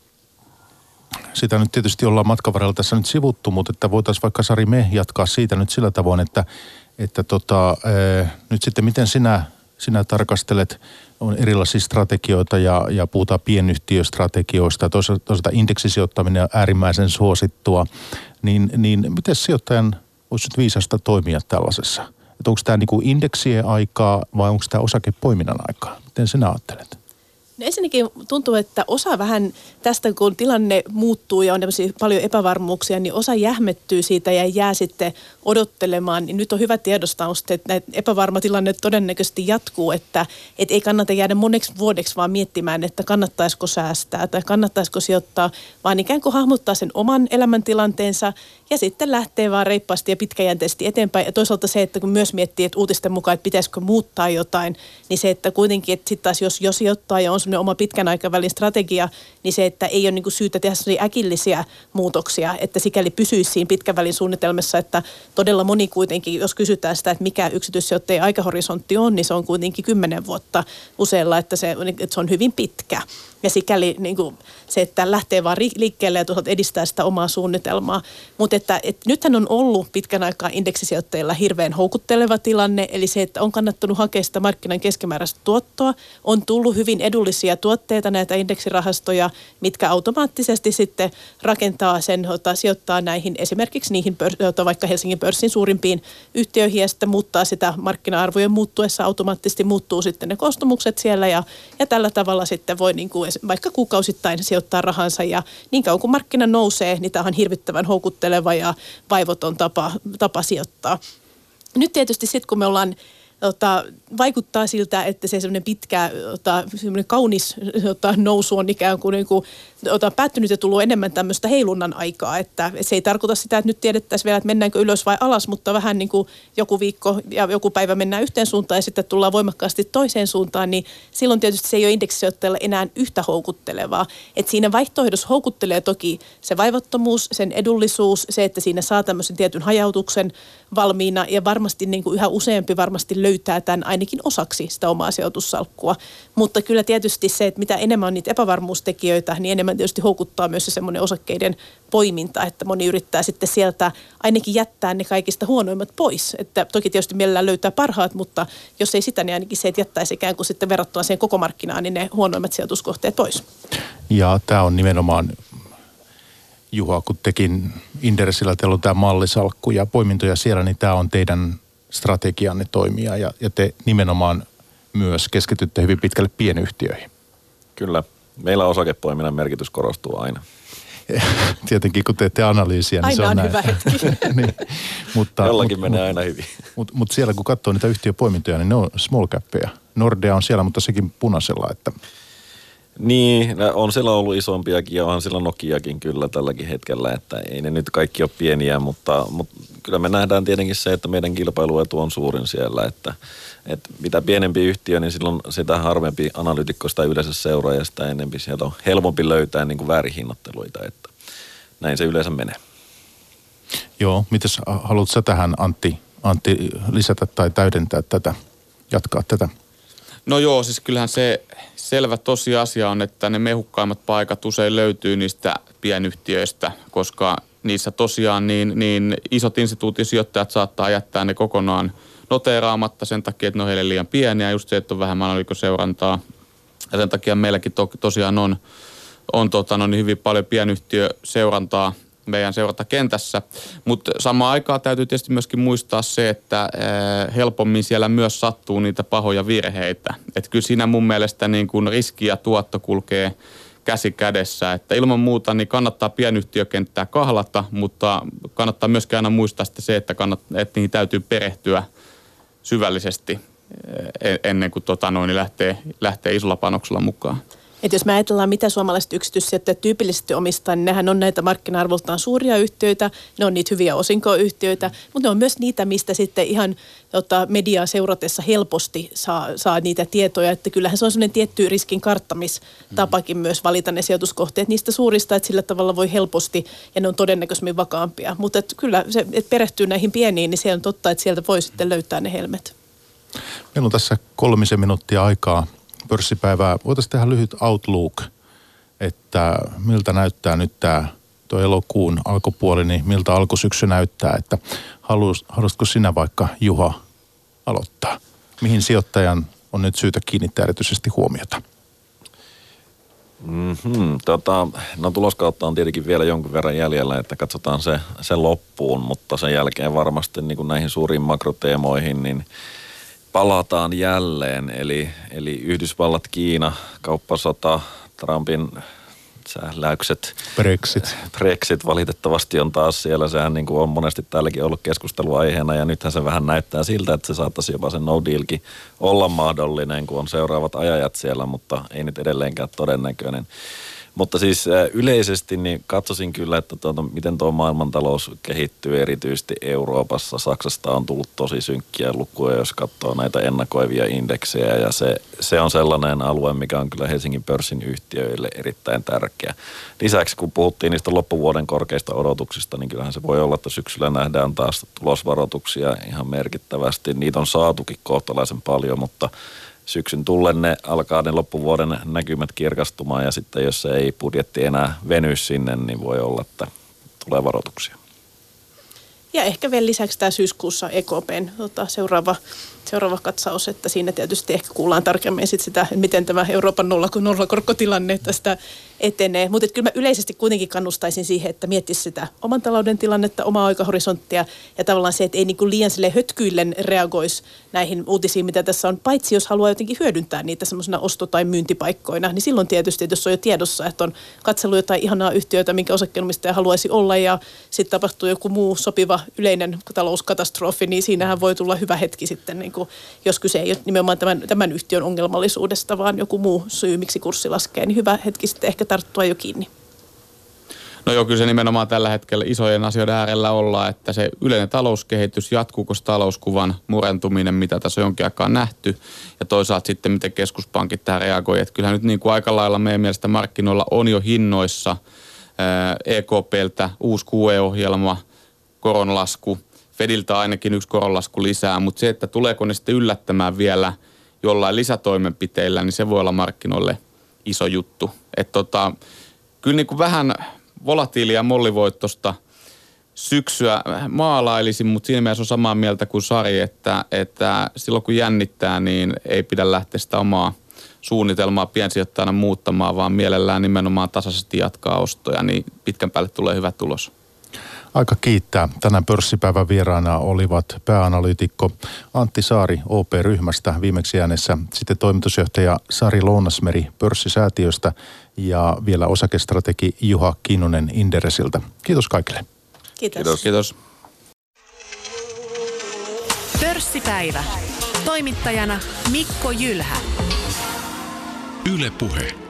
Speaker 3: sitä nyt tietysti ollaan matkan varrella tässä nyt sivuttu, mutta että voitaisiin vaikka Sari me jatkaa siitä nyt sillä tavoin, että, että tota, äh, nyt sitten miten sinä, sinä tarkastelet, on erilaisia strategioita ja, ja puhutaan pienyhtiöstrategioista, toisaalta, toisaalta indeksisijoittaminen on äärimmäisen suosittua, niin, niin miten sijoittajan olisi nyt viisasta toimia tällaisessa? Että onko tämä niinku indeksien aikaa vai onko tämä osakepoiminnan aikaa? Miten sinä ajattelet?
Speaker 4: No ensinnäkin tuntuu, että osa vähän tästä, kun tilanne muuttuu ja on paljon epävarmuuksia, niin osa jähmettyy siitä ja jää sitten odottelemaan. Niin nyt on hyvä tiedostaa, että epävarma tilanne todennäköisesti jatkuu, että, että ei kannata jäädä moneksi vuodeksi vaan miettimään, että kannattaisiko säästää tai kannattaisiko sijoittaa, vaan ikään kuin hahmottaa sen oman elämäntilanteensa ja sitten lähtee vaan reippaasti ja pitkäjänteisesti eteenpäin. Ja toisaalta se, että kun myös miettii, että uutisten mukaan, että pitäisikö muuttaa jotain, niin se, että kuitenkin, että sitten taas jos, jos sijoittaa ja on semmoinen oma pitkän aikavälin strategia, niin se, että ei ole niin kuin syytä tehdä sellaisia äkillisiä muutoksia, että sikäli pysyisi siinä pitkän välin suunnitelmassa, että todella moni kuitenkin, jos kysytään sitä, että mikä yksityissijoittajien aikahorisontti on, niin se on kuitenkin kymmenen vuotta useilla, että se, että se on hyvin pitkä. Ja sikäli niin kuin se, että lähtee vaan liikkeelle ja toisaalta edistää sitä omaa suunnitelmaa. Mutta että, että nythän on ollut pitkän aikaa indeksisijoittajilla hirveän houkutteleva tilanne, eli se, että on kannattanut hakea sitä markkinan keskimääräistä tuottoa. On tullut hyvin edullisia tuotteita, näitä indeksirahastoja, mitkä automaattisesti sitten rakentaa sen, ota, sijoittaa näihin esimerkiksi niihin, ota, vaikka Helsingin pörssin suurimpiin yhtiöihin ja sitten muuttaa sitä markkina-arvojen muuttuessa, automaattisesti muuttuu sitten ne koostumukset siellä ja, ja tällä tavalla sitten voi niin kuin vaikka kuukausittain sijoittaa rahansa ja niin kauan kun markkina nousee, niin tämä on hirvittävän houkutteleva ja vaivoton tapa, tapa sijoittaa. Nyt tietysti sitten kun me ollaan Ota, vaikuttaa siltä, että se semmoinen pitkä, ota, semmoinen kaunis ota, nousu on ikään kuin, niin kuin ota, päättynyt ja tullut enemmän tämmöistä heilunnan aikaa. Että se ei tarkoita sitä, että nyt tiedettäisiin vielä, että mennäänkö ylös vai alas, mutta vähän niin kuin joku viikko ja joku päivä mennään yhteen suuntaan ja sitten tullaan voimakkaasti toiseen suuntaan, niin silloin tietysti se ei ole indeksisijoittajalle enää yhtä houkuttelevaa. Että siinä vaihtoehdossa houkuttelee toki se vaivattomuus, sen edullisuus, se, että siinä saa tämmöisen tietyn hajautuksen valmiina ja varmasti niin kuin yhä useampi varmasti löytää tämän ainakin osaksi sitä omaa sijoitussalkkua. Mutta kyllä tietysti se, että mitä enemmän on niitä epävarmuustekijöitä, niin enemmän tietysti houkuttaa myös se semmoinen osakkeiden poiminta, että moni yrittää sitten sieltä ainakin jättää ne kaikista huonoimmat pois. Että toki tietysti mielellään löytää parhaat, mutta jos ei sitä, niin ainakin se, että jättäisi ikään kuin sitten verrattuna siihen koko markkinaan, niin ne huonoimmat sijoituskohteet pois. Ja
Speaker 3: tämä on nimenomaan, Juha, kun tekin Inderesillä, teillä on tämä mallisalkku ja poimintoja siellä, niin tämä on teidän strategianne toimia ja, ja te nimenomaan myös keskitytte hyvin pitkälle pienyhtiöihin.
Speaker 6: Kyllä. Meillä osakepoiminnan merkitys korostuu aina.
Speaker 3: Tietenkin kun teette analyysiä, niin
Speaker 4: aina
Speaker 3: se on,
Speaker 4: on
Speaker 3: näin.
Speaker 4: hyvä hetki.
Speaker 3: niin, mutta,
Speaker 6: Jollakin
Speaker 3: mut,
Speaker 6: menee
Speaker 3: mut,
Speaker 6: aina hyvin.
Speaker 3: Mutta mut siellä kun katsoo niitä yhtiöpoimintoja, niin ne on small cappeja. Nordea on siellä, mutta sekin punaisella, että...
Speaker 6: Niin, on siellä ollut isompiakin ja onhan siellä Nokiakin kyllä tälläkin hetkellä, että ei ne nyt kaikki ole pieniä, mutta, mutta kyllä me nähdään tietenkin se, että meidän kilpailuetu on suurin siellä, että, että mitä pienempi yhtiö, niin silloin sitä harvempi analyytikko sitä yleensä seuraa ja sitä enemmän sieltä on helpompi löytää niin kuin väärinhinnoitteluita, että näin se yleensä menee.
Speaker 3: Joo, mitäs haluatko sä tähän Antti, Antti lisätä tai täydentää tätä, jatkaa tätä?
Speaker 5: No joo, siis kyllähän se selvä tosiasia on, että ne mehukkaimmat paikat usein löytyy niistä pienyhtiöistä, koska niissä tosiaan niin, niin isot instituutiosijoittajat saattaa jättää ne kokonaan noteeraamatta sen takia, että ne on heille liian pieniä, just se, että on vähemmän analyytikoseurantaa. Ja sen takia meilläkin to, tosiaan on, on tota, no niin hyvin paljon pienyhtiöseurantaa meidän seurantakentässä, mutta samaan aikaan täytyy tietysti myöskin muistaa se, että helpommin siellä myös sattuu niitä pahoja virheitä. Että kyllä siinä mun mielestä niin kun riski ja tuotto kulkee käsi kädessä, että ilman muuta niin kannattaa pienyhtiökenttää kahlata, mutta kannattaa myöskin aina muistaa sitten se, että, kannat, että niihin täytyy perehtyä syvällisesti ennen kuin tota noin, lähtee, lähtee isolla panoksella mukaan.
Speaker 4: Et jos me ajatellaan, mitä suomalaiset yksityissijoittajat tyypillisesti omistaa, niin nehän on näitä markkina-arvoltaan suuria yhtiöitä, ne on niitä hyviä osinkoyhtiöitä, mutta ne on myös niitä, mistä sitten ihan tota, mediaa seuratessa helposti saa, saa niitä tietoja, että kyllähän se on sellainen tietty riskin karttamistapakin mm. myös valita ne sijoituskohteet niistä suurista, että sillä tavalla voi helposti ja ne on todennäköisemmin vakaampia, mutta kyllä se, että perehtyy näihin pieniin, niin se on totta, että sieltä voi sitten löytää ne helmet.
Speaker 3: Meillä on tässä kolmisen minuuttia aikaa pörssipäivää. Voitaisiin tehdä lyhyt outlook, että miltä näyttää nyt tämä tuo elokuun alkupuoli, niin miltä alkusyksy näyttää, että haluais, haluaisitko sinä vaikka Juha aloittaa? Mihin sijoittajan on nyt syytä kiinnittää erityisesti huomiota?
Speaker 6: Mm-hmm, tota, no tuloskautta on tietenkin vielä jonkun verran jäljellä, että katsotaan se, se loppuun, mutta sen jälkeen varmasti niin kuin näihin suuriin makroteemoihin, niin palataan jälleen, eli, eli Yhdysvallat, Kiina, kauppasota, Trumpin sähläykset.
Speaker 3: Brexit.
Speaker 6: Brexit valitettavasti on taas siellä, sehän niin kuin on monesti täälläkin ollut keskusteluaiheena ja nythän se vähän näyttää siltä, että se saattaisi jopa se no dealkin olla mahdollinen, kun on seuraavat ajajat siellä, mutta ei nyt edelleenkään todennäköinen. Mutta siis yleisesti niin katsoisin kyllä, että tuota, miten tuo maailmantalous kehittyy erityisesti Euroopassa. Saksasta on tullut tosi synkkiä lukuja, jos katsoo näitä ennakoivia indeksejä. Ja se, se on sellainen alue, mikä on kyllä Helsingin pörssin yhtiöille erittäin tärkeä. Lisäksi kun puhuttiin niistä loppuvuoden korkeista odotuksista, niin kyllähän se voi olla, että syksyllä nähdään taas tulosvaroituksia ihan merkittävästi. Niitä on saatukin kohtalaisen paljon, mutta syksyn tullen ne alkaa ne loppuvuoden näkymät kirkastumaan ja sitten jos se ei budjetti enää veny sinne, niin voi olla, että tulee varoituksia.
Speaker 4: Ja ehkä vielä lisäksi tämä syyskuussa E K P:n tota, seuraava, seuraava katsaus, että siinä tietysti ehkä kuullaan tarkemmin sit sitä, että miten tämä Euroopan nollakorkotilanne tästä etenee. Mutta kyllä mä yleisesti kuitenkin kannustaisin siihen, että miettisi sitä oman talouden tilannetta, omaa aikahorisonttia ja tavallaan se, että ei niinku liian sille hötkyillen reagoisi näihin uutisiin, mitä tässä on, paitsi jos haluaa jotenkin hyödyntää niitä semmoisena osto- tai myyntipaikkoina, niin silloin tietysti, että jos on jo tiedossa, että on katsellut jotain ihanaa yhtiötä, minkä osakkeenomistaja haluaisi olla ja sitten tapahtuu joku muu sopiva yleinen talouskatastrofi, niin siinähän voi tulla hyvä hetki sitten, niin kuin, jos kyse ei ole nimenomaan tämän, tämän yhtiön ongelmallisuudesta, vaan joku muu syy, miksi kurssi laskee, niin hyvä hetki sitten ehkä tarttua jo kiinni.
Speaker 5: No joo, kyllä se nimenomaan tällä hetkellä isojen asioiden äärellä ollaan, että se yleinen talouskehitys, jatkuuko se talouskuvan murentuminen, mitä tässä on jonkin aikaa nähty, ja toisaalta sitten miten keskuspankit tähän reagoi. Että kyllähän nyt niin kuin aika lailla meidän mielestä markkinoilla on jo hinnoissa E K P:ltä uusi Q E-ohjelma, koronlasku, Fediltä ainakin yksi koronlasku lisää, mutta se, että tuleeko ne sitten yllättämään vielä jollain lisätoimenpiteillä, niin se voi olla markkinoille iso juttu. Että tota, kyllä niin kuin vähän volatiilia mollivoittosta syksyä maalailisin, mutta siinä mielessä on samaa mieltä kuin Sari, että, että silloin kun jännittää, niin ei pidä lähteä sitä omaa suunnitelmaa piensijoittajana muuttamaan, vaan mielellään nimenomaan tasaisesti jatkaa ostoja, niin pitkän päälle tulee hyvä tulos.
Speaker 3: Aika kiittää. Tänään pörssipäivän vieraana olivat pääanalyytikko Antti Saari O P-ryhmästä viimeksi äänessä, sitten toimitusjohtaja Sari Lounasmeri pörssisäätiöstä ja vielä osakestrategi Juha Kinnunen Inderesiltä. Kiitos kaikille.
Speaker 4: Kiitos.
Speaker 5: Kiitos. Kiitos.
Speaker 1: Pörssipäivä. Toimittajana Mikko Jylhä.
Speaker 2: Yle Puhe.